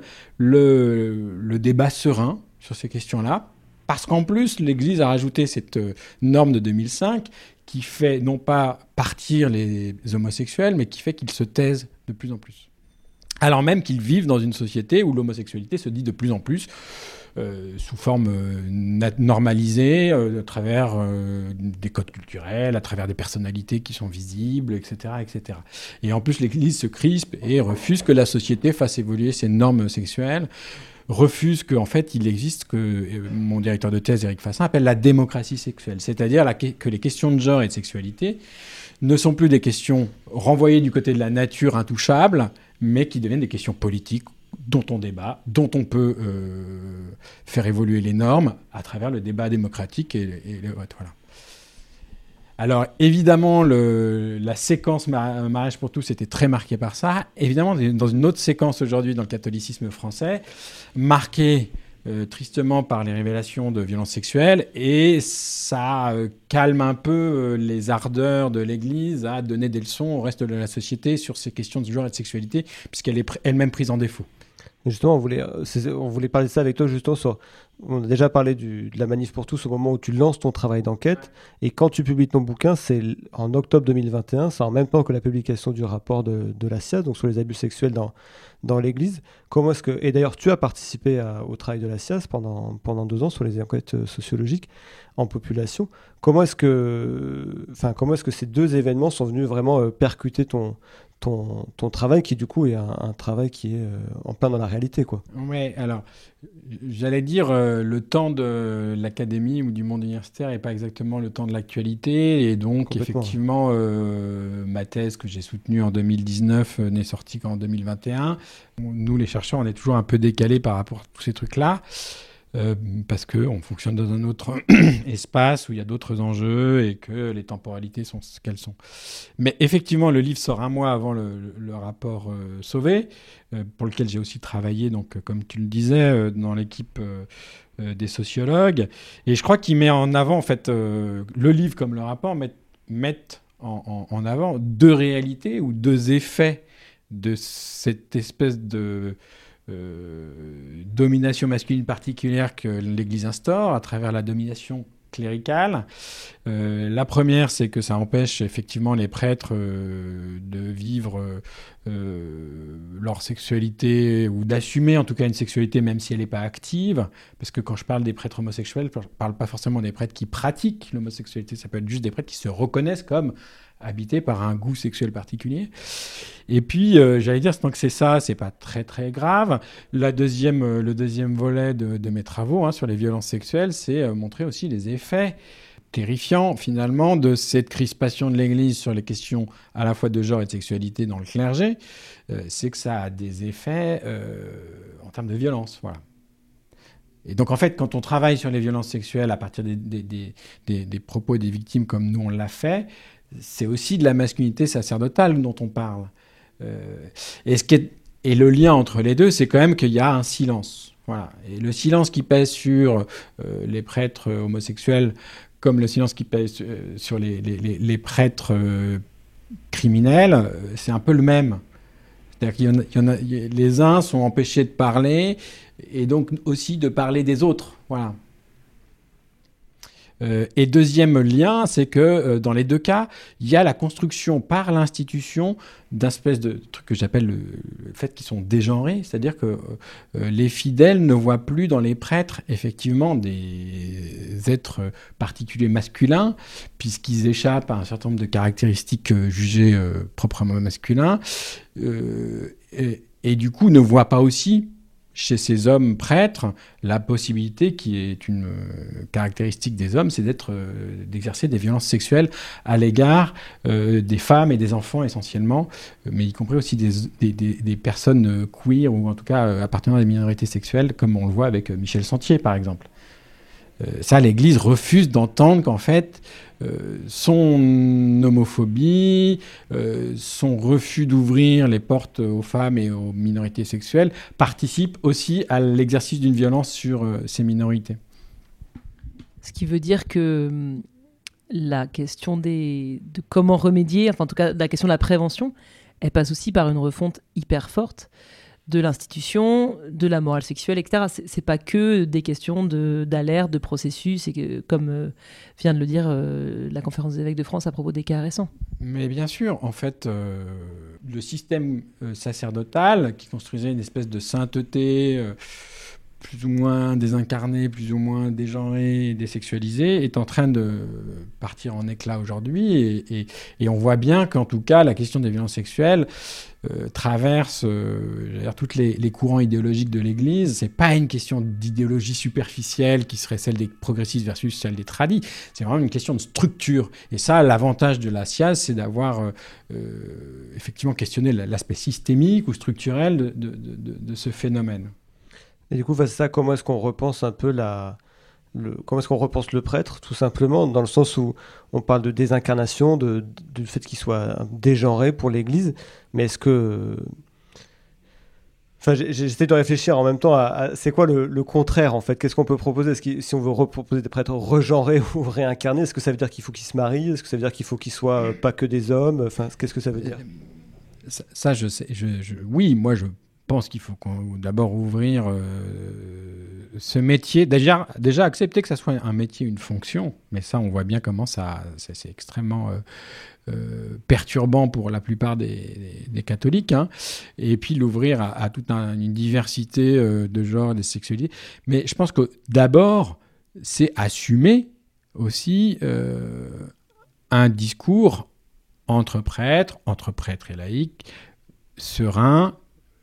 le, le débat serein sur ces questions-là, parce qu'en plus, l'Église a rajouté cette euh, norme de deux mille cinq qui fait non pas partir les homosexuels, mais qui fait qu'ils se taisent de plus en plus. Alors même qu'ils vivent dans une société où l'homosexualité se dit de plus en plus euh, sous forme euh, nat- normalisée, euh, à travers euh, des codes culturels, à travers des personnalités qui sont visibles, et cetera, et cetera. Et en plus, l'Église se crispe et refuse que la société fasse évoluer ses normes sexuelles, refuse qu'en fait, il existe ce que euh, mon directeur de thèse, Éric Fassin, appelle la démocratie sexuelle. C'est-à-dire la, que les questions de genre et de sexualité ne sont plus des questions renvoyées du côté de la nature intouchable, mais qui deviennent des questions politiques dont on débat, dont on peut euh, faire évoluer les normes à travers le débat démocratique et, et le vote. Voilà. Alors, évidemment, le, la séquence mar- mariage pour tous était très marquée par ça. Évidemment, dans une autre séquence aujourd'hui dans le catholicisme français, marquée euh, tristement par les révélations de violences sexuelles, et ça euh, calme un peu euh, les ardeurs de l'Église à donner des leçons au reste de la société sur ces questions de genre et de sexualité, puisqu'elle est pr- elle-même prise en défaut. Justement, on voulait, c'est, on voulait parler de ça avec toi, justement. Sur, on a déjà parlé du, de la Manif pour tous au moment où tu lances ton travail d'enquête. Et quand tu publies ton bouquin, c'est en octobre deux mille vingt et un, c'est en même temps que la publication du rapport de, de la S I A S, donc sur les abus sexuels dans, dans l'Église. Comment est-ce que, et d'ailleurs, tu as participé à, au travail de la S I A S pendant, pendant deux ans sur les enquêtes sociologiques en population. Comment est-ce que, enfin, comment est-ce que ces deux événements sont venus vraiment euh, percuter ton Ton, ton travail qui du coup est un, un travail qui est euh, en plein dans la réalité, quoi. Oui, alors j'allais dire euh, le temps de l'académie ou du monde universitaire n'est pas exactement le temps de l'actualité, et donc effectivement euh, ma thèse que j'ai soutenue en deux mille dix-neuf euh, n'est sortie qu'en deux mille vingt et un. Nous les chercheurs on est toujours un peu décalés par rapport à tous ces trucs-là. Euh, parce qu'on fonctionne dans un autre espace où il y a d'autres enjeux et que les temporalités sont ce qu'elles sont. Mais effectivement, le livre sort un mois avant le, le, le rapport euh, Sauvé, euh, pour lequel j'ai aussi travaillé, donc, comme tu le disais, euh, dans l'équipe euh, euh, des sociologues. Et je crois qu'il met en avant, en fait, euh, le livre comme le rapport met, mettent en, en, en avant deux réalités ou deux effets de cette espèce de... Euh, domination masculine particulière que l'Église instaure à travers la domination cléricale. Euh, la première, c'est que ça empêche effectivement les prêtres euh, de vivre euh, leur sexualité ou d'assumer en tout cas une sexualité même si elle n'est pas active. Parce que quand je parle des prêtres homosexuels, je ne parle pas forcément des prêtres qui pratiquent l'homosexualité, ça peut être juste des prêtres qui se reconnaissent comme habité par un goût sexuel particulier. Et puis, euh, j'allais dire, tant que c'est ça, c'est pas très très grave. La deuxième, euh, le deuxième volet de, de mes travaux hein, sur les violences sexuelles, c'est euh, montrer aussi les effets terrifiants, finalement, de cette crispation de l'Église sur les questions à la fois de genre et de sexualité dans le clergé. Euh, c'est que ça a des effets euh, en termes de violence, voilà. Et donc, en fait, quand on travaille sur les violences sexuelles à partir des, des, des, des, des propos des victimes comme nous, on l'a fait, c'est aussi de la masculinité sacerdotale dont on parle. Euh, et, ce qui est, et le lien entre les deux, c'est quand même qu'il y a un silence. Voilà. Et le silence qui pèse sur euh, les prêtres homosexuels, comme le silence qui pèse euh, sur les, les, les, les prêtres euh, criminels, euh, c'est un peu le même. C'est-à-dire qu'il y en a, il y en a, les uns sont empêchés de parler, et donc aussi de parler des autres. Voilà. Euh, et deuxième lien, c'est que euh, dans les deux cas, il y a la construction par l'institution d'un espèce de truc que j'appelle le, le fait qu'ils sont dégenrés, c'est-à-dire que euh, les fidèles ne voient plus dans les prêtres effectivement des êtres particuliers masculins, puisqu'ils échappent à un certain nombre de caractéristiques euh, jugées euh, proprement masculins, euh, et, et du coup ne voient pas aussi chez ces hommes prêtres la possibilité qui est une euh, caractéristique des hommes, c'est d'être, euh, d'exercer des violences sexuelles à l'égard euh, des femmes et des enfants essentiellement, euh, mais y compris aussi des, des, des, des personnes euh, queer ou en tout cas euh, appartenant à des minorités sexuelles, comme on le voit avec euh, Michel Sentier par exemple. Euh, ça, l'Église refuse d'entendre qu'en fait, euh, son homophobie, euh, son refus d'ouvrir les portes aux femmes et aux minorités sexuelles participe aussi à l'exercice d'une violence sur euh, ces minorités. Ce qui veut dire que hum, la question des, de comment remédier, enfin en tout cas la question de la prévention, elle passe aussi par une refonte hyper forte de l'institution, de la morale sexuelle, et cetera. C'est, c'est pas que des questions de, d'alerte, de processus, et que, comme euh, vient de le dire euh, la conférence des évêques de France à propos des cas récents. Mais bien sûr, en fait, euh, le système euh, sacerdotal qui construisait une espèce de sainteté euh, plus ou moins désincarnée, plus ou moins dégenrée et désexualisée, est en train de partir en éclats aujourd'hui. Et, et, et on voit bien qu'en tout cas, la question des violences sexuelles euh, traverse euh, toutes les, les courants idéologiques de l'Église. C'est pas une question d'idéologie superficielle qui serait celle des progressistes versus celle des tradis. C'est vraiment une question de structure. Et ça, l'avantage de la S I A Z, c'est d'avoir euh, euh, effectivement questionné l'aspect systémique ou structurel de, de, de, de ce phénomène. Et du coup, face à ça, comment est-ce qu'on repense un peu la... Le... Comment est-ce qu'on repense le prêtre, tout simplement, dans le sens où on parle de désincarnation, de, de, du fait qu'il soit dégenré pour l'Église, mais est-ce que... Enfin, j'essaie de réfléchir en même temps à, à c'est quoi le, le contraire, en fait. Qu'est-ce qu'on peut proposer? Est-ce que, si on veut proposer des prêtres regenrés ou réincarnés, est-ce que ça veut dire qu'il faut qu'ils se marient? Est-ce que ça veut dire qu'il faut qu'ils soient euh, pas que des hommes? Enfin, qu'est-ce que ça veut dire? Ça, ça je sais. Je, je... Oui, moi, je... Je pense qu'il faut qu'on, d'abord ouvrir euh, ce métier. Déjà, déjà accepter que ça soit un métier, une fonction. Mais ça, on voit bien comment ça, c'est, c'est extrêmement euh, euh, perturbant pour la plupart des, des, des catholiques. Hein. Et puis l'ouvrir à, à toute un, une diversité euh, de genres, de sexualités. Mais je pense que d'abord, c'est assumer aussi euh, un discours entre prêtres, entre prêtres et laïcs, serein,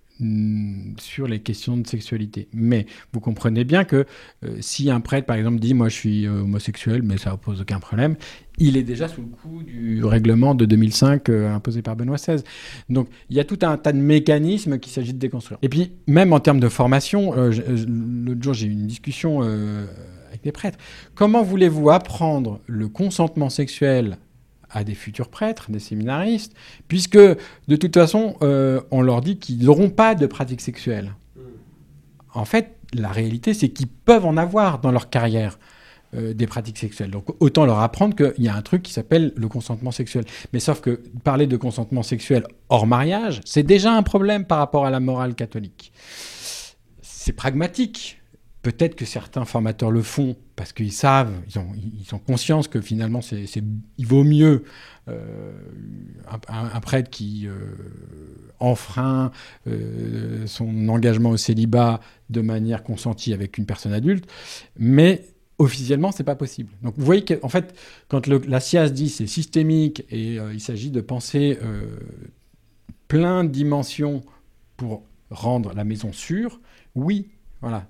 sur les questions de sexualité. Mais vous comprenez bien que euh, si un prêtre, par exemple, dit « moi je suis euh, homosexuel, mais ça ne pose aucun problème », il est déjà sous le coup du règlement de deux mille cinq euh, imposé par Benoît seize. Donc il y a tout un tas de mécanismes qu'il s'agit de déconstruire. Et puis, même en termes de formation, euh, je, je, l'autre jour j'ai eu une discussion euh, avec des prêtres. Comment voulez-vous apprendre le consentement sexuel à des futurs prêtres, des séminaristes, puisque de toute façon, euh, on leur dit qu'ils n'auront pas de pratique sexuelle. En fait, la réalité, c'est qu'ils peuvent en avoir dans leur carrière euh, des pratiques sexuelles. Donc autant leur apprendre qu'il y a un truc qui s'appelle le consentement sexuel. Mais sauf que parler de consentement sexuel hors mariage, c'est déjà un problème par rapport à la morale catholique. C'est pragmatique. Peut-être que certains formateurs le font parce qu'ils savent, ils ont, ils ont conscience que finalement, c'est, c'est, il vaut mieux euh, un, un prêtre qui euh, enfreint euh, son engagement au célibat de manière consentie avec une personne adulte, mais officiellement, c'est pas possible. Donc, vous voyez qu'en fait, quand le, la S I A Z dit c'est systémique et euh, il s'agit de penser euh, plein de dimensions pour rendre la maison sûre, oui, voilà.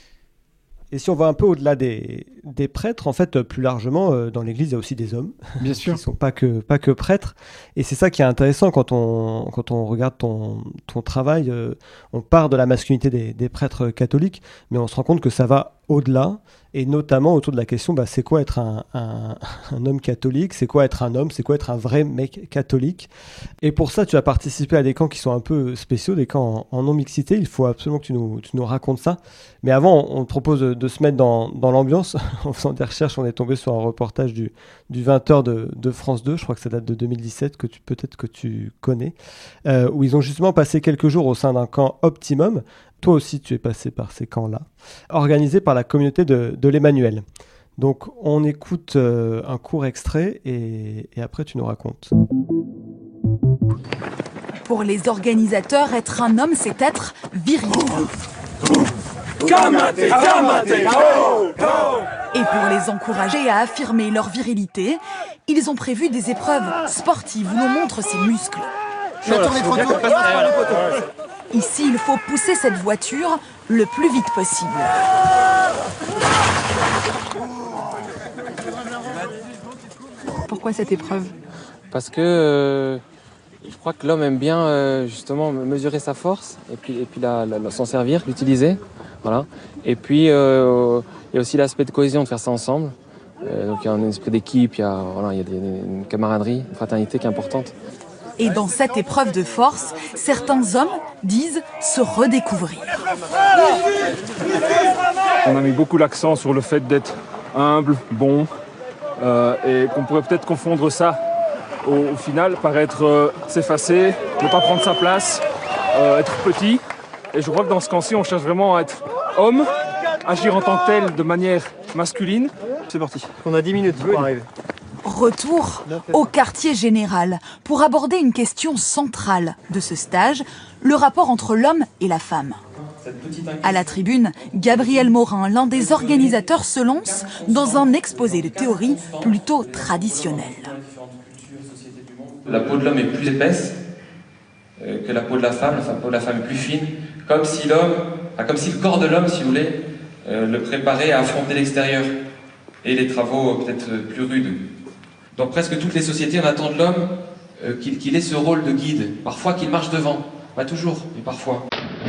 Et si on va un peu au-delà des, des prêtres, en fait, plus largement, euh, dans l'Église, il y a aussi des hommes. Bien sûr. Qui ne sont pas que, pas que prêtres. Et c'est ça qui est intéressant quand on, quand on regarde ton, ton travail. Euh, on part de la masculinité des, des prêtres catholiques, mais on se rend compte que ça va au-delà, et notamment autour de la question, bah, c'est quoi être un, un, un homme catholique? C'est quoi être un homme? C'est quoi être un vrai mec catholique? Et pour ça, tu as participé à des camps qui sont un peu spéciaux, des camps en, en non-mixité. Il faut absolument que tu nous, tu nous racontes ça. Mais avant, on te propose de, de se mettre dans, dans l'ambiance. En faisant des recherches, on est tombé sur un reportage du, du vingt heures de, de France deux, je crois que ça date de deux mille dix-sept, que tu, peut-être que tu connais, euh, où ils ont justement passé quelques jours au sein d'un camp Optimum. Toi aussi, tu es passé par ces camps-là, organisés par la communauté de, de l'Emmanuel. Donc, on écoute euh, un court extrait et, et après, tu nous racontes. Pour les organisateurs, être un homme, c'est être viril. Et pour les encourager à affirmer leur virilité, ils ont prévu des épreuves sportives où l'on montre ses muscles. Ici, il faut pousser cette voiture le plus vite possible. Pourquoi cette épreuve ? Parce que euh, je crois que l'homme aime bien euh, justement mesurer sa force et puis, et puis la, la, la, s'en servir, l'utiliser. Voilà. Et puis euh, il y a aussi l'aspect de cohésion, de faire ça ensemble. Euh, donc il y a un esprit d'équipe, il y a, voilà, il y a des, une camaraderie, une fraternité qui est importante. Et dans cette épreuve de force, certains hommes disent se redécouvrir. On a mis beaucoup l'accent sur le fait d'être humble, bon, euh, et qu'on pourrait peut-être confondre ça au, au final par être euh, s'effacer, ne pas prendre sa place, euh, être petit. Et je crois que dans ce camp-ci, on cherche vraiment à être homme, agir en tant que tel de manière masculine. C'est parti, on a dix minutes pour arriver. Retour au quartier général pour aborder une question centrale de ce stage, le rapport entre l'homme et la femme. À la tribune, Gabriel Morin, l'un des organisateurs, se lance dans un exposé de théorie plutôt traditionnel. La peau de l'homme est plus épaisse que la peau de la femme, la peau de la femme est plus fine, comme si l'homme, comme si le corps de l'homme, si vous voulez, le préparait à affronter l'extérieur et les travaux peut-être plus rudes. Dans presque toutes les sociétés, on attend de l'homme euh, qu'il, qu'il ait ce rôle de guide. Parfois qu'il marche devant. Pas toujours, mais parfois.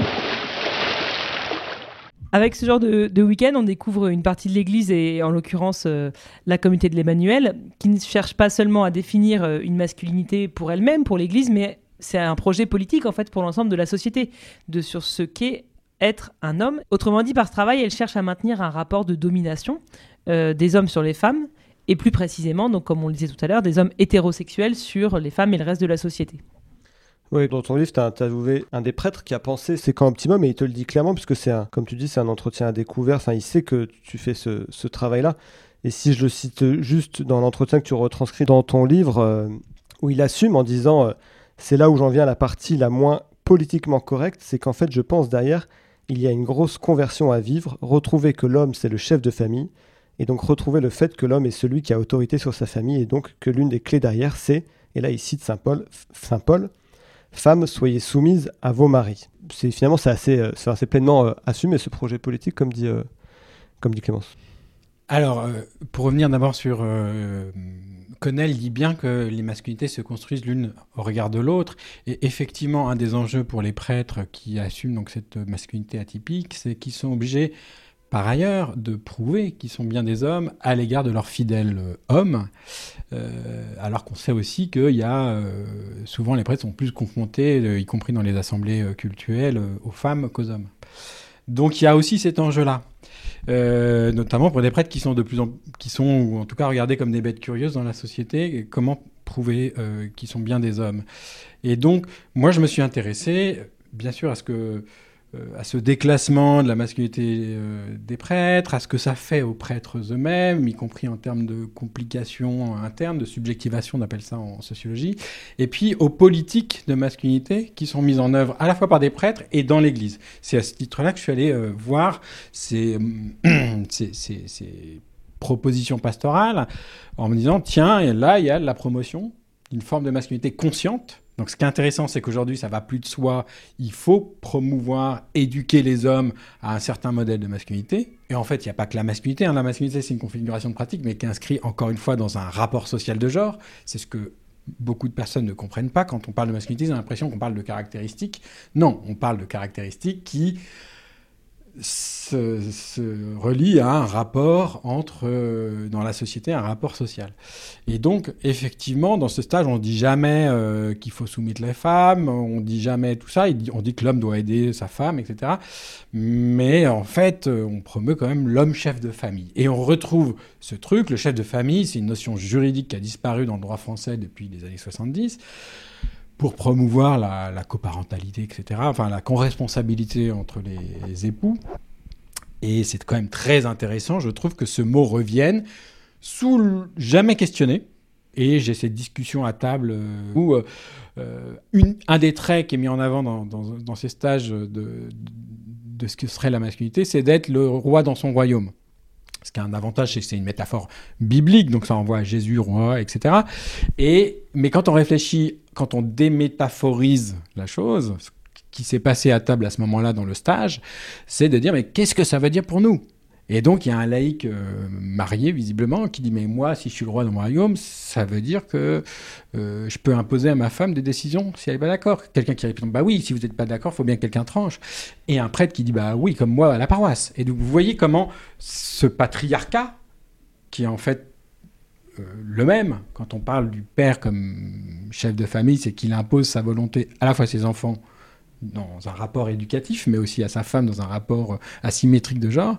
Avec ce genre de, de week-end, on découvre une partie de l'Église, et en l'occurrence euh, la communauté de l'Emmanuel, qui ne cherche pas seulement à définir euh, une masculinité pour elle-même, pour l'Église, mais c'est un projet politique en fait pour l'ensemble de la société, de sur ce qu'est être un homme. Autrement dit, par ce travail, elle cherche à maintenir un rapport de domination euh, des hommes sur les femmes, et plus précisément, donc comme on le disait tout à l'heure, des hommes hétérosexuels sur les femmes et le reste de la société. Oui, dans ton livre, tu as interviewé un des prêtres qui a pensé ces camps optimum, et il te le dit clairement, puisque c'est, un, comme tu dis, c'est un entretien à découvert, enfin, il sait que tu fais ce, ce travail-là. Et si je le cite juste dans l'entretien que tu retranscris dans ton livre, euh, où il assume en disant euh, « c'est là où j'en viens à la partie la moins politiquement correcte, c'est qu'en fait, je pense derrière, il y a une grosse conversion à vivre, retrouver que l'homme, c'est le chef de famille, et donc retrouver le fait que l'homme est celui qui a autorité sur sa famille, et donc que l'une des clés derrière, c'est, et là il cite Saint Paul, Saint Paul, femmes, soyez soumises à vos maris. C'est, finalement, c'est assez, euh, c'est assez pleinement euh, assumé ce projet politique, comme dit, euh, comme dit Clémence. Alors, euh, pour revenir d'abord sur... Euh, Connell dit bien que les masculinités se construisent l'une au regard de l'autre. Et effectivement, un des enjeux pour les prêtres qui assument donc cette masculinité atypique, c'est qu'ils sont obligés... par ailleurs, de prouver qu'ils sont bien des hommes à l'égard de leurs fidèles euh, hommes, euh, alors qu'on sait aussi qu'il y a euh, souvent les prêtres sont plus confrontés, euh, y compris dans les assemblées euh, cultuelles, euh, aux femmes qu'aux hommes. Donc il y a aussi cet enjeu-là, euh, notamment pour des prêtres qui sont de plus en qui sont ou en tout cas regardés comme des bêtes curieuses dans la société. Et comment prouver euh, qu'ils sont bien des hommes ? Et donc moi je me suis intéressé, bien sûr, à ce que à ce déclassement de la masculinité euh, des prêtres, à ce que ça fait aux prêtres eux-mêmes, y compris en termes de complications internes, de subjectivation, on appelle ça en sociologie, et puis aux politiques de masculinité qui sont mises en œuvre à la fois par des prêtres et dans l'Église. C'est à ce titre-là que je suis allé euh, voir ces, ces, ces, ces propositions pastorales en me disant, tiens, et là, il y a la promotion d'une forme de masculinité consciente. Donc ce qui est intéressant, c'est qu'aujourd'hui, ça va plus de soi. Il faut promouvoir, éduquer les hommes à un certain modèle de masculinité. Et en fait, il n'y a pas que la masculinité. Hein. La masculinité, c'est une configuration de pratique, mais qui est inscrite, encore une fois, dans un rapport social de genre. C'est ce que beaucoup de personnes ne comprennent pas. Quand on parle de masculinité, ils ont l'impression qu'on parle de caractéristiques. Non, on parle de caractéristiques qui se, se relie à un rapport entre, euh, dans la société, un rapport social. Et donc, effectivement, dans ce stage, on ne dit jamais euh, qu'il faut soumettre les femmes, on ne dit jamais tout ça, on dit que l'homme doit aider sa femme, et cetera. Mais en fait, on promeut quand même l'homme chef de famille. Et on retrouve ce truc, le chef de famille, c'est une notion juridique qui a disparu dans le droit français depuis les années soixante-dix, pour promouvoir la, la coparentalité, et cetera, enfin la corresponsabilité entre les, les époux. Et c'est quand même très intéressant, je trouve, que ce mot revienne sous le, jamais questionné. Et j'ai cette discussion à table euh, où euh, une, un des traits qui est mis en avant dans, dans, dans ces stages de, de, de ce que serait la masculinité, c'est d'être le roi dans son royaume. Ce qui a un avantage, c'est que c'est une métaphore biblique, donc ça renvoie à Jésus, roi, et cetera. Et, mais quand on réfléchit, quand on démétaphorise la chose, ce qui s'est passé à table à ce moment-là dans le stage, c'est de dire, mais qu'est-ce que ça veut dire pour nous ? Et donc, il y a un laïc euh, marié, visiblement, qui dit « Mais moi, si je suis le roi dans mon royaume, ça veut dire que euh, je peux imposer à ma femme des décisions si elle n'est pas d'accord. » Quelqu'un qui répond « Bah oui, si vous n'êtes pas d'accord, il faut bien que quelqu'un tranche. » Et un prêtre qui dit « Bah oui, comme moi à la paroisse. » Et donc, vous voyez comment ce patriarcat, qui est en fait euh, le même, quand on parle du père comme chef de famille, c'est qu'il impose sa volonté à la fois à ses enfants dans un rapport éducatif, mais aussi à sa femme dans un rapport asymétrique de genre.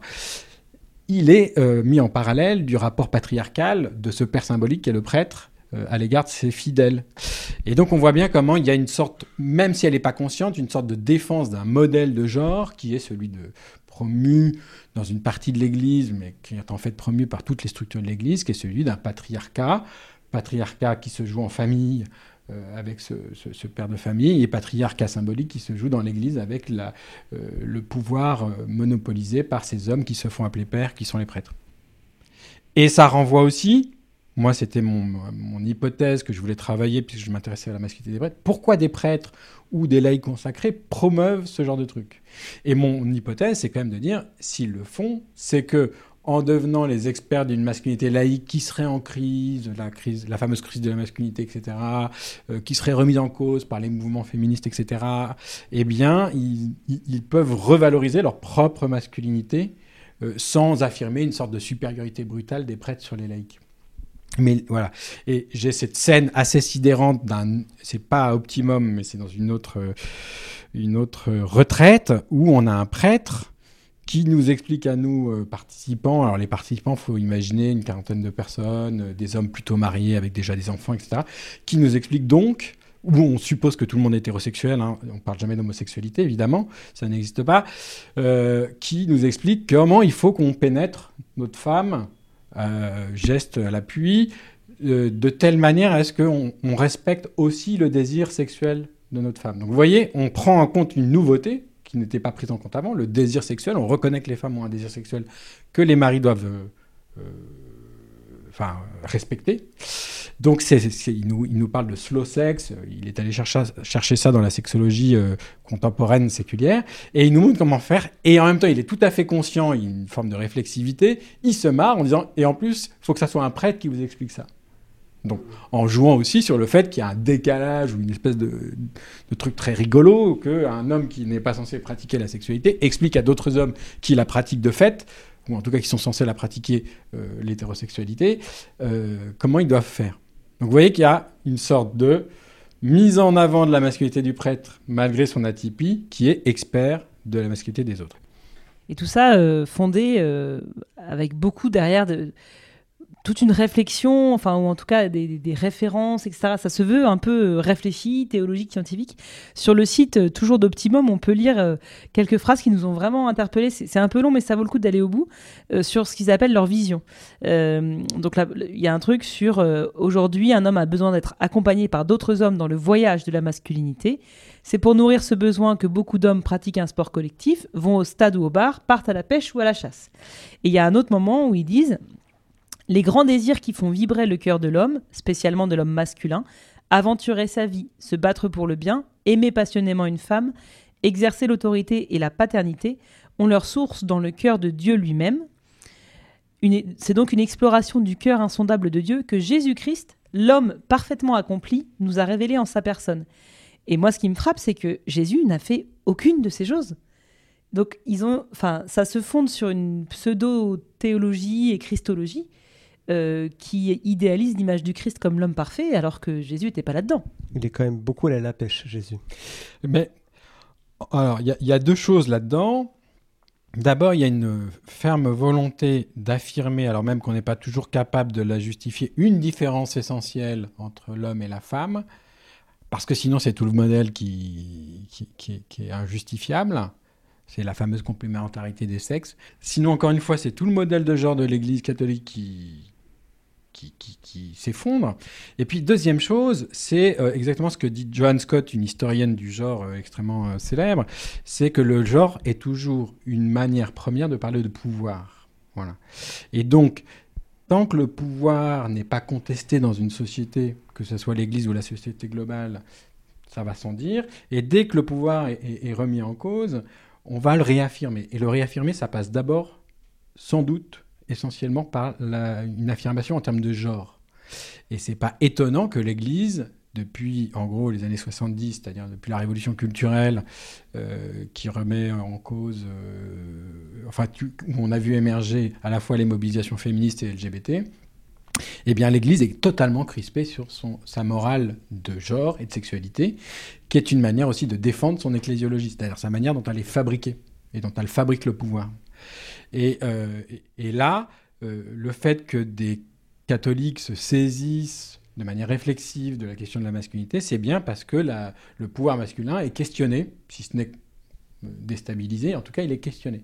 Il est euh, mis en parallèle du rapport patriarcal de ce père symbolique qu'est le prêtre euh, à l'égard de ses fidèles. Et donc on voit bien comment il y a une sorte, même si elle n'est pas consciente, une sorte de défense d'un modèle de genre qui est celui de promu dans une partie de l'Église, mais qui est en fait promu par toutes les structures de l'Église, qui est celui d'un patriarcat, patriarcat qui se joue en famille, Euh, avec ce, ce, ce père de famille, et patriarcat symbolique qui se joue dans l'Église avec la, euh, le pouvoir euh, monopolisé par ces hommes qui se font appeler pères, qui sont les prêtres. Et ça renvoie aussi, moi c'était mon, mon hypothèse que je voulais travailler puisque je m'intéressais à la masculinité des prêtres, pourquoi des prêtres ou des laïcs consacrés promeuvent ce genre de truc ? Et mon hypothèse, c'est quand même de dire, s'ils le font, c'est que en devenant les experts d'une masculinité laïque qui serait en crise, la, crise, la fameuse crise de la masculinité, et cetera, euh, qui serait remise en cause par les mouvements féministes, et cetera, eh bien, ils, ils peuvent revaloriser leur propre masculinité euh, sans affirmer une sorte de supériorité brutale des prêtres sur les laïcs. Mais voilà, et j'ai cette scène assez sidérante d'un, c'est pas à Optimum, mais c'est dans une autre, une autre retraite où on a un prêtre qui nous explique à nous, euh, participants, alors les participants, il faut imaginer une quarantaine de personnes, euh, des hommes plutôt mariés avec déjà des enfants, et cetera, qui nous explique donc, où on suppose que tout le monde est hétérosexuel, hein, on ne parle jamais d'homosexualité, évidemment, ça n'existe pas, euh, qui nous explique comment il faut qu'on pénètre notre femme, euh, geste à l'appui, euh, de telle manière à ce qu'on on respecte aussi le désir sexuel de notre femme. Donc vous voyez, on prend en compte une nouveauté, qui n'était pas prise en compte avant, le désir sexuel. On reconnaît que les femmes ont un désir sexuel que les maris doivent euh, euh, enfin, respecter. Donc, c'est, c'est, il, nous, il nous parle de slow sex. Il est allé chercher, chercher ça dans la sexologie euh, contemporaine séculière. Et il nous montre comment faire. Et en même temps, il est tout à fait conscient, il y a une forme de réflexivité. Il se marre en disant, et en plus, il faut que ça soit un prêtre qui vous explique ça. Donc, en jouant aussi sur le fait qu'il y a un décalage ou une espèce de, de truc très rigolo qu'un homme qui n'est pas censé pratiquer la sexualité explique à d'autres hommes qui la pratiquent de fait, ou en tout cas qui sont censés la pratiquer, euh, l'hétérosexualité, euh, comment ils doivent faire. Donc vous voyez qu'il y a une sorte de mise en avant de la masculinité du prêtre malgré son atypie, qui est expert de la masculinité des autres. Et tout ça euh, fondé euh, avec beaucoup derrière de... toute une réflexion, enfin, ou en tout cas des, des, des références, et cetera. Ça se veut un peu réfléchi, théologique, scientifique. Sur le site, euh, toujours d'Optimum, on peut lire euh, quelques phrases qui nous ont vraiment interpellés. C'est, c'est un peu long, mais ça vaut le coup d'aller au bout, euh, sur ce qu'ils appellent leur vision. Euh, donc là, il y a un truc sur euh, « Aujourd'hui, un homme a besoin d'être accompagné par d'autres hommes dans le voyage de la masculinité. C'est pour nourrir ce besoin que beaucoup d'hommes pratiquent un sport collectif, vont au stade ou au bar, partent à la pêche ou à la chasse. » Et il y a un autre moment où ils disent... Les grands désirs qui font vibrer le cœur de l'homme, spécialement de l'homme masculin, aventurer sa vie, se battre pour le bien, aimer passionnément une femme, exercer l'autorité et la paternité, ont leur source dans le cœur de Dieu lui-même. Une, c'est donc une exploration du cœur insondable de Dieu que Jésus-Christ, l'homme parfaitement accompli, nous a révélé en sa personne. Et moi, ce qui me frappe, c'est que Jésus n'a fait aucune de ces choses. Donc, ils ont, enfin, ça se fonde sur une pseudo-théologie et christologie, Euh, qui idéalise l'image du Christ comme l'homme parfait, alors que Jésus n'était pas là-dedans. Il est quand même beaucoup allé à la pêche, Jésus. Mais, alors, il y, y a deux choses là-dedans. D'abord, il y a une ferme volonté d'affirmer, alors même qu'on n'est pas toujours capable de la justifier, une différence essentielle entre l'homme et la femme, parce que sinon c'est tout le modèle qui, qui, qui, est, qui est injustifiable. C'est la fameuse complémentarité des sexes. Sinon, encore une fois, c'est tout le modèle de genre de l'Église catholique qui... Qui, qui, qui s'effondre. Et puis, deuxième chose, c'est euh, exactement ce que dit Joan Scott, une historienne du genre euh, extrêmement euh, célèbre, c'est que le genre est toujours une manière première de parler de pouvoir. Voilà. Et donc, tant que le pouvoir n'est pas contesté dans une société, que ce soit l'Église ou la société globale, ça va sans dire. Et dès que le pouvoir est, est, est remis en cause, on va le réaffirmer. Et le réaffirmer, ça passe d'abord, sans doute, essentiellement par la, une affirmation en termes de genre. Et c'est pas étonnant que l'Église, depuis, en gros, les années soixante-dix, c'est-à-dire depuis la révolution culturelle, euh, qui remet en cause... Euh, enfin, tu, où on a vu émerger à la fois les mobilisations féministes et L G B T, eh bien, l'Église est totalement crispée sur son, sa morale de genre et de sexualité, qui est une manière aussi de défendre son ecclésiologie, c'est-à-dire sa manière dont elle est fabriquée, et dont elle fabrique le pouvoir. Et, euh, et, et là, euh, le fait que des catholiques se saisissent de manière réflexive de la question de la masculinité, c'est bien parce que la, le pouvoir masculin est questionné, si ce n'est déstabilisé, en tout cas il est questionné.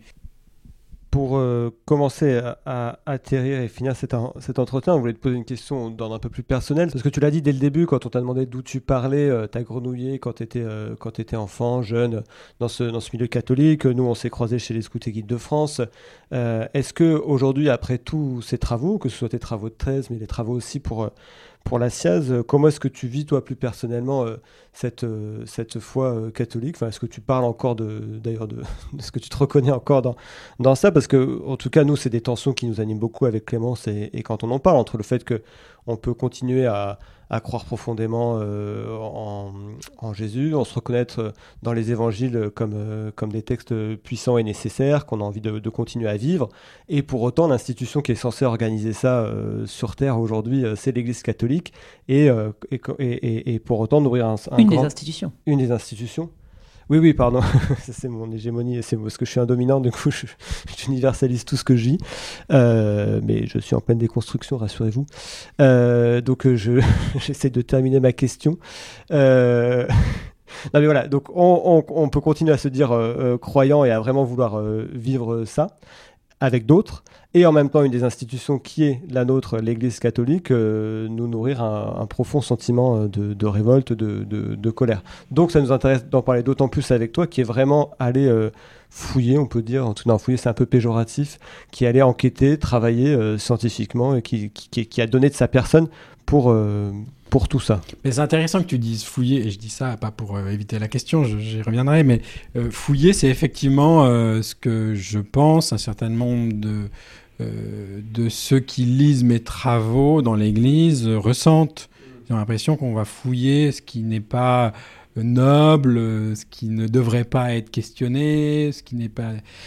Pour euh, commencer à, à atterrir et finir cet, en, cet entretien, on voulait te poser une question d'ordre un peu plus personnel, parce que tu l'as dit dès le début, quand on t'a demandé d'où tu parlais, euh, t'as grenouillé quand t'étais, euh, quand t'étais enfant, jeune, dans ce, dans ce milieu catholique. Nous, on s'est croisés chez les Scouts et Guides de France. Euh, est-ce qu'aujourd'hui, après tous ces travaux, que ce soit tes travaux de thèse, mais les travaux aussi pour... Euh, Pour la S I A Z, comment est-ce que tu vis, toi, plus personnellement, euh, cette, euh, cette foi euh, catholique ? Enfin, est-ce que tu parles encore, de, d'ailleurs, de, de ce que tu te reconnais encore dans, dans ça ? Parce que, en tout cas, nous, c'est des tensions qui nous animent beaucoup avec Clémence et, et quand on en parle, entre le fait qu'on peut continuer à, à croire profondément euh, en, en Jésus, en se reconnaître dans les évangiles comme, euh, comme des textes puissants et nécessaires, qu'on a envie de, de continuer à vivre. Et pour autant, l'institution qui est censée organiser ça euh, sur Terre aujourd'hui, euh, c'est l'Église catholique. Et, euh, et, et, et pour autant, nourrir un, un Une grand... des institutions. Une des institutions. Oui, oui, pardon. C'est mon hégémonie, c'est parce que je suis un dominant, du coup, je, je universalise tout ce que je vis. Euh, mais je suis en pleine déconstruction, rassurez-vous. Euh, donc, je, j'essaie de terminer ma question. Euh... Non, mais voilà, donc on, on, on peut continuer à se dire euh, euh, croyant et à vraiment vouloir euh, vivre ça avec d'autres, et en même temps une des institutions qui est la nôtre, l'Église catholique, euh, nous nourrir un, un profond sentiment de, de révolte, de, de, de colère. Donc ça nous intéresse d'en parler d'autant plus avec toi, qui est vraiment allé euh, fouiller, on peut dire, en tout cas fouiller c'est un peu péjoratif, qui est allé enquêter, travailler euh, scientifiquement, et qui, qui, qui a donné de sa personne pour... Euh, pour tout ça. Mais c'est intéressant que tu dises fouiller, et je dis ça pas pour euh, éviter la question, je, j'y reviendrai, mais euh, fouiller, c'est effectivement euh, ce que je pense, un certain nombre de, euh, de ceux qui lisent mes travaux dans l'Église euh, ressentent. Ils ont l'impression qu'on va fouiller ce qui n'est pas noble, euh, ce qui ne devrait pas être questionné, ce qui n'est pas...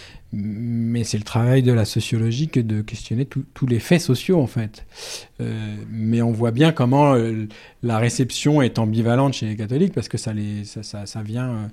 Mais c'est le travail de la sociologie que de questionner tous les faits sociaux, en fait. Euh, mais on voit bien comment euh, la réception est ambivalente chez les catholiques, parce que ça, les, ça, ça, ça, vient, euh,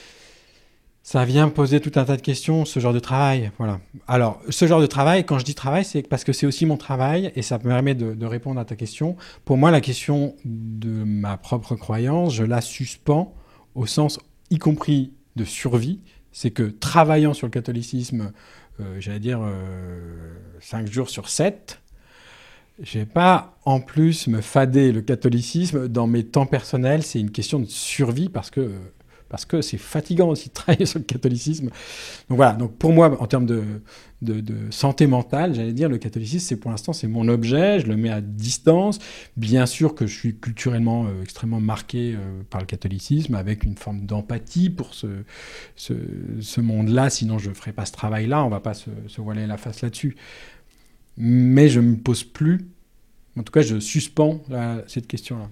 ça vient poser tout un tas de questions, ce genre de travail. Voilà. Alors, ce genre de travail, quand je dis travail, c'est parce que c'est aussi mon travail, et ça me permet de, de répondre à ta question. Pour moi, la question de ma propre croyance, je la suspends au sens, y compris de survie. C'est que travaillant sur le catholicisme, euh, j'allais dire euh, cinq jours sur sept, je ne vais pas en plus me fader le catholicisme dans mes temps personnels. C'est une question de survie parce que, parce que c'est fatigant aussi de travailler sur le catholicisme. Donc voilà, donc pour moi, en termes de, de, de santé mentale, j'allais dire, le catholicisme, c'est pour l'instant, c'est mon objet, je le mets à distance. Bien sûr que je suis culturellement euh, extrêmement marqué euh, par le catholicisme, avec une forme d'empathie pour ce, ce, ce monde-là, sinon je ne ferais pas ce travail-là, on ne va pas se, se voiler la face là-dessus. Mais je ne me pose plus, en tout cas je suspends la, cette question-là.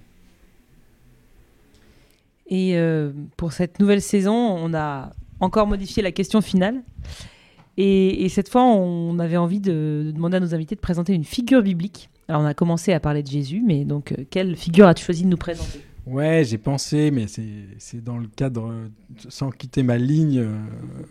Et euh, pour cette nouvelle saison, on a encore modifié la question finale. Et, et cette fois, on avait envie de, de demander à nos invités de présenter une figure biblique. Alors, on a commencé à parler de Jésus, mais donc, euh, quelle figure as-tu choisi de nous présenter ? Ouais, j'ai pensé, mais c'est, c'est dans le cadre, euh, sans quitter ma ligne, euh,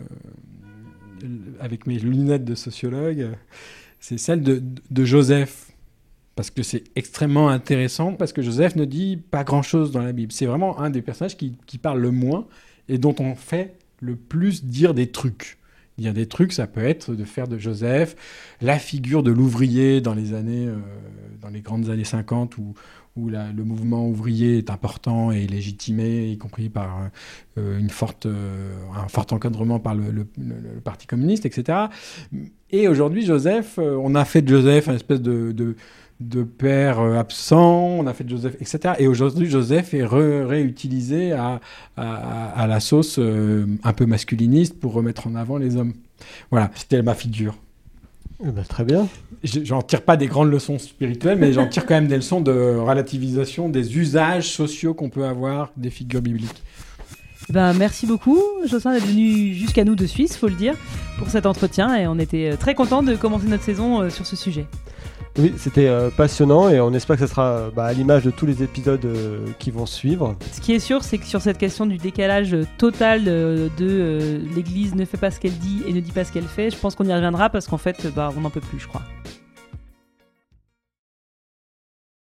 avec mes lunettes de sociologue, euh, c'est celle de, de Joseph. Parce que c'est extrêmement intéressant, parce que Joseph ne dit pas grand-chose dans la Bible. C'est vraiment un des personnages qui, qui parle le moins et dont on fait le plus dire des trucs. Dire des trucs, ça peut être de faire de Joseph la figure de l'ouvrier dans les années, euh, dans les grandes années cinquante où, où la, le mouvement ouvrier est important et légitimé, y compris par euh, une forte, euh, un fort encadrement par le, le, le, le Parti communiste, et cetera. Et aujourd'hui, Joseph, euh, on a fait de Joseph un espèce de, de, de père absent, on a fait de Joseph, et cetera. Et aujourd'hui, Joseph est re, réutilisé à, à, à la sauce euh, un peu masculiniste pour remettre en avant les hommes. Voilà, c'était ma figure. Eh ben, très bien. Je, j'en tire pas des grandes leçons spirituelles, mais j'en tire quand même des leçons de relativisation des usages sociaux qu'on peut avoir des figures bibliques. Ben, merci beaucoup, Jocelyn, d'être venu jusqu'à nous de Suisse, faut le dire, pour cet entretien. Et on était très contents de commencer notre saison euh, sur ce sujet. Oui, c'était euh, passionnant et on espère que ça sera bah, à l'image de tous les épisodes euh, qui vont suivre. Ce qui est sûr, c'est que sur cette question du décalage total euh, de euh, l'Église ne fait pas ce qu'elle dit et ne dit pas ce qu'elle fait, je pense qu'on y reviendra parce qu'en fait, bah, on n'en peut plus, je crois.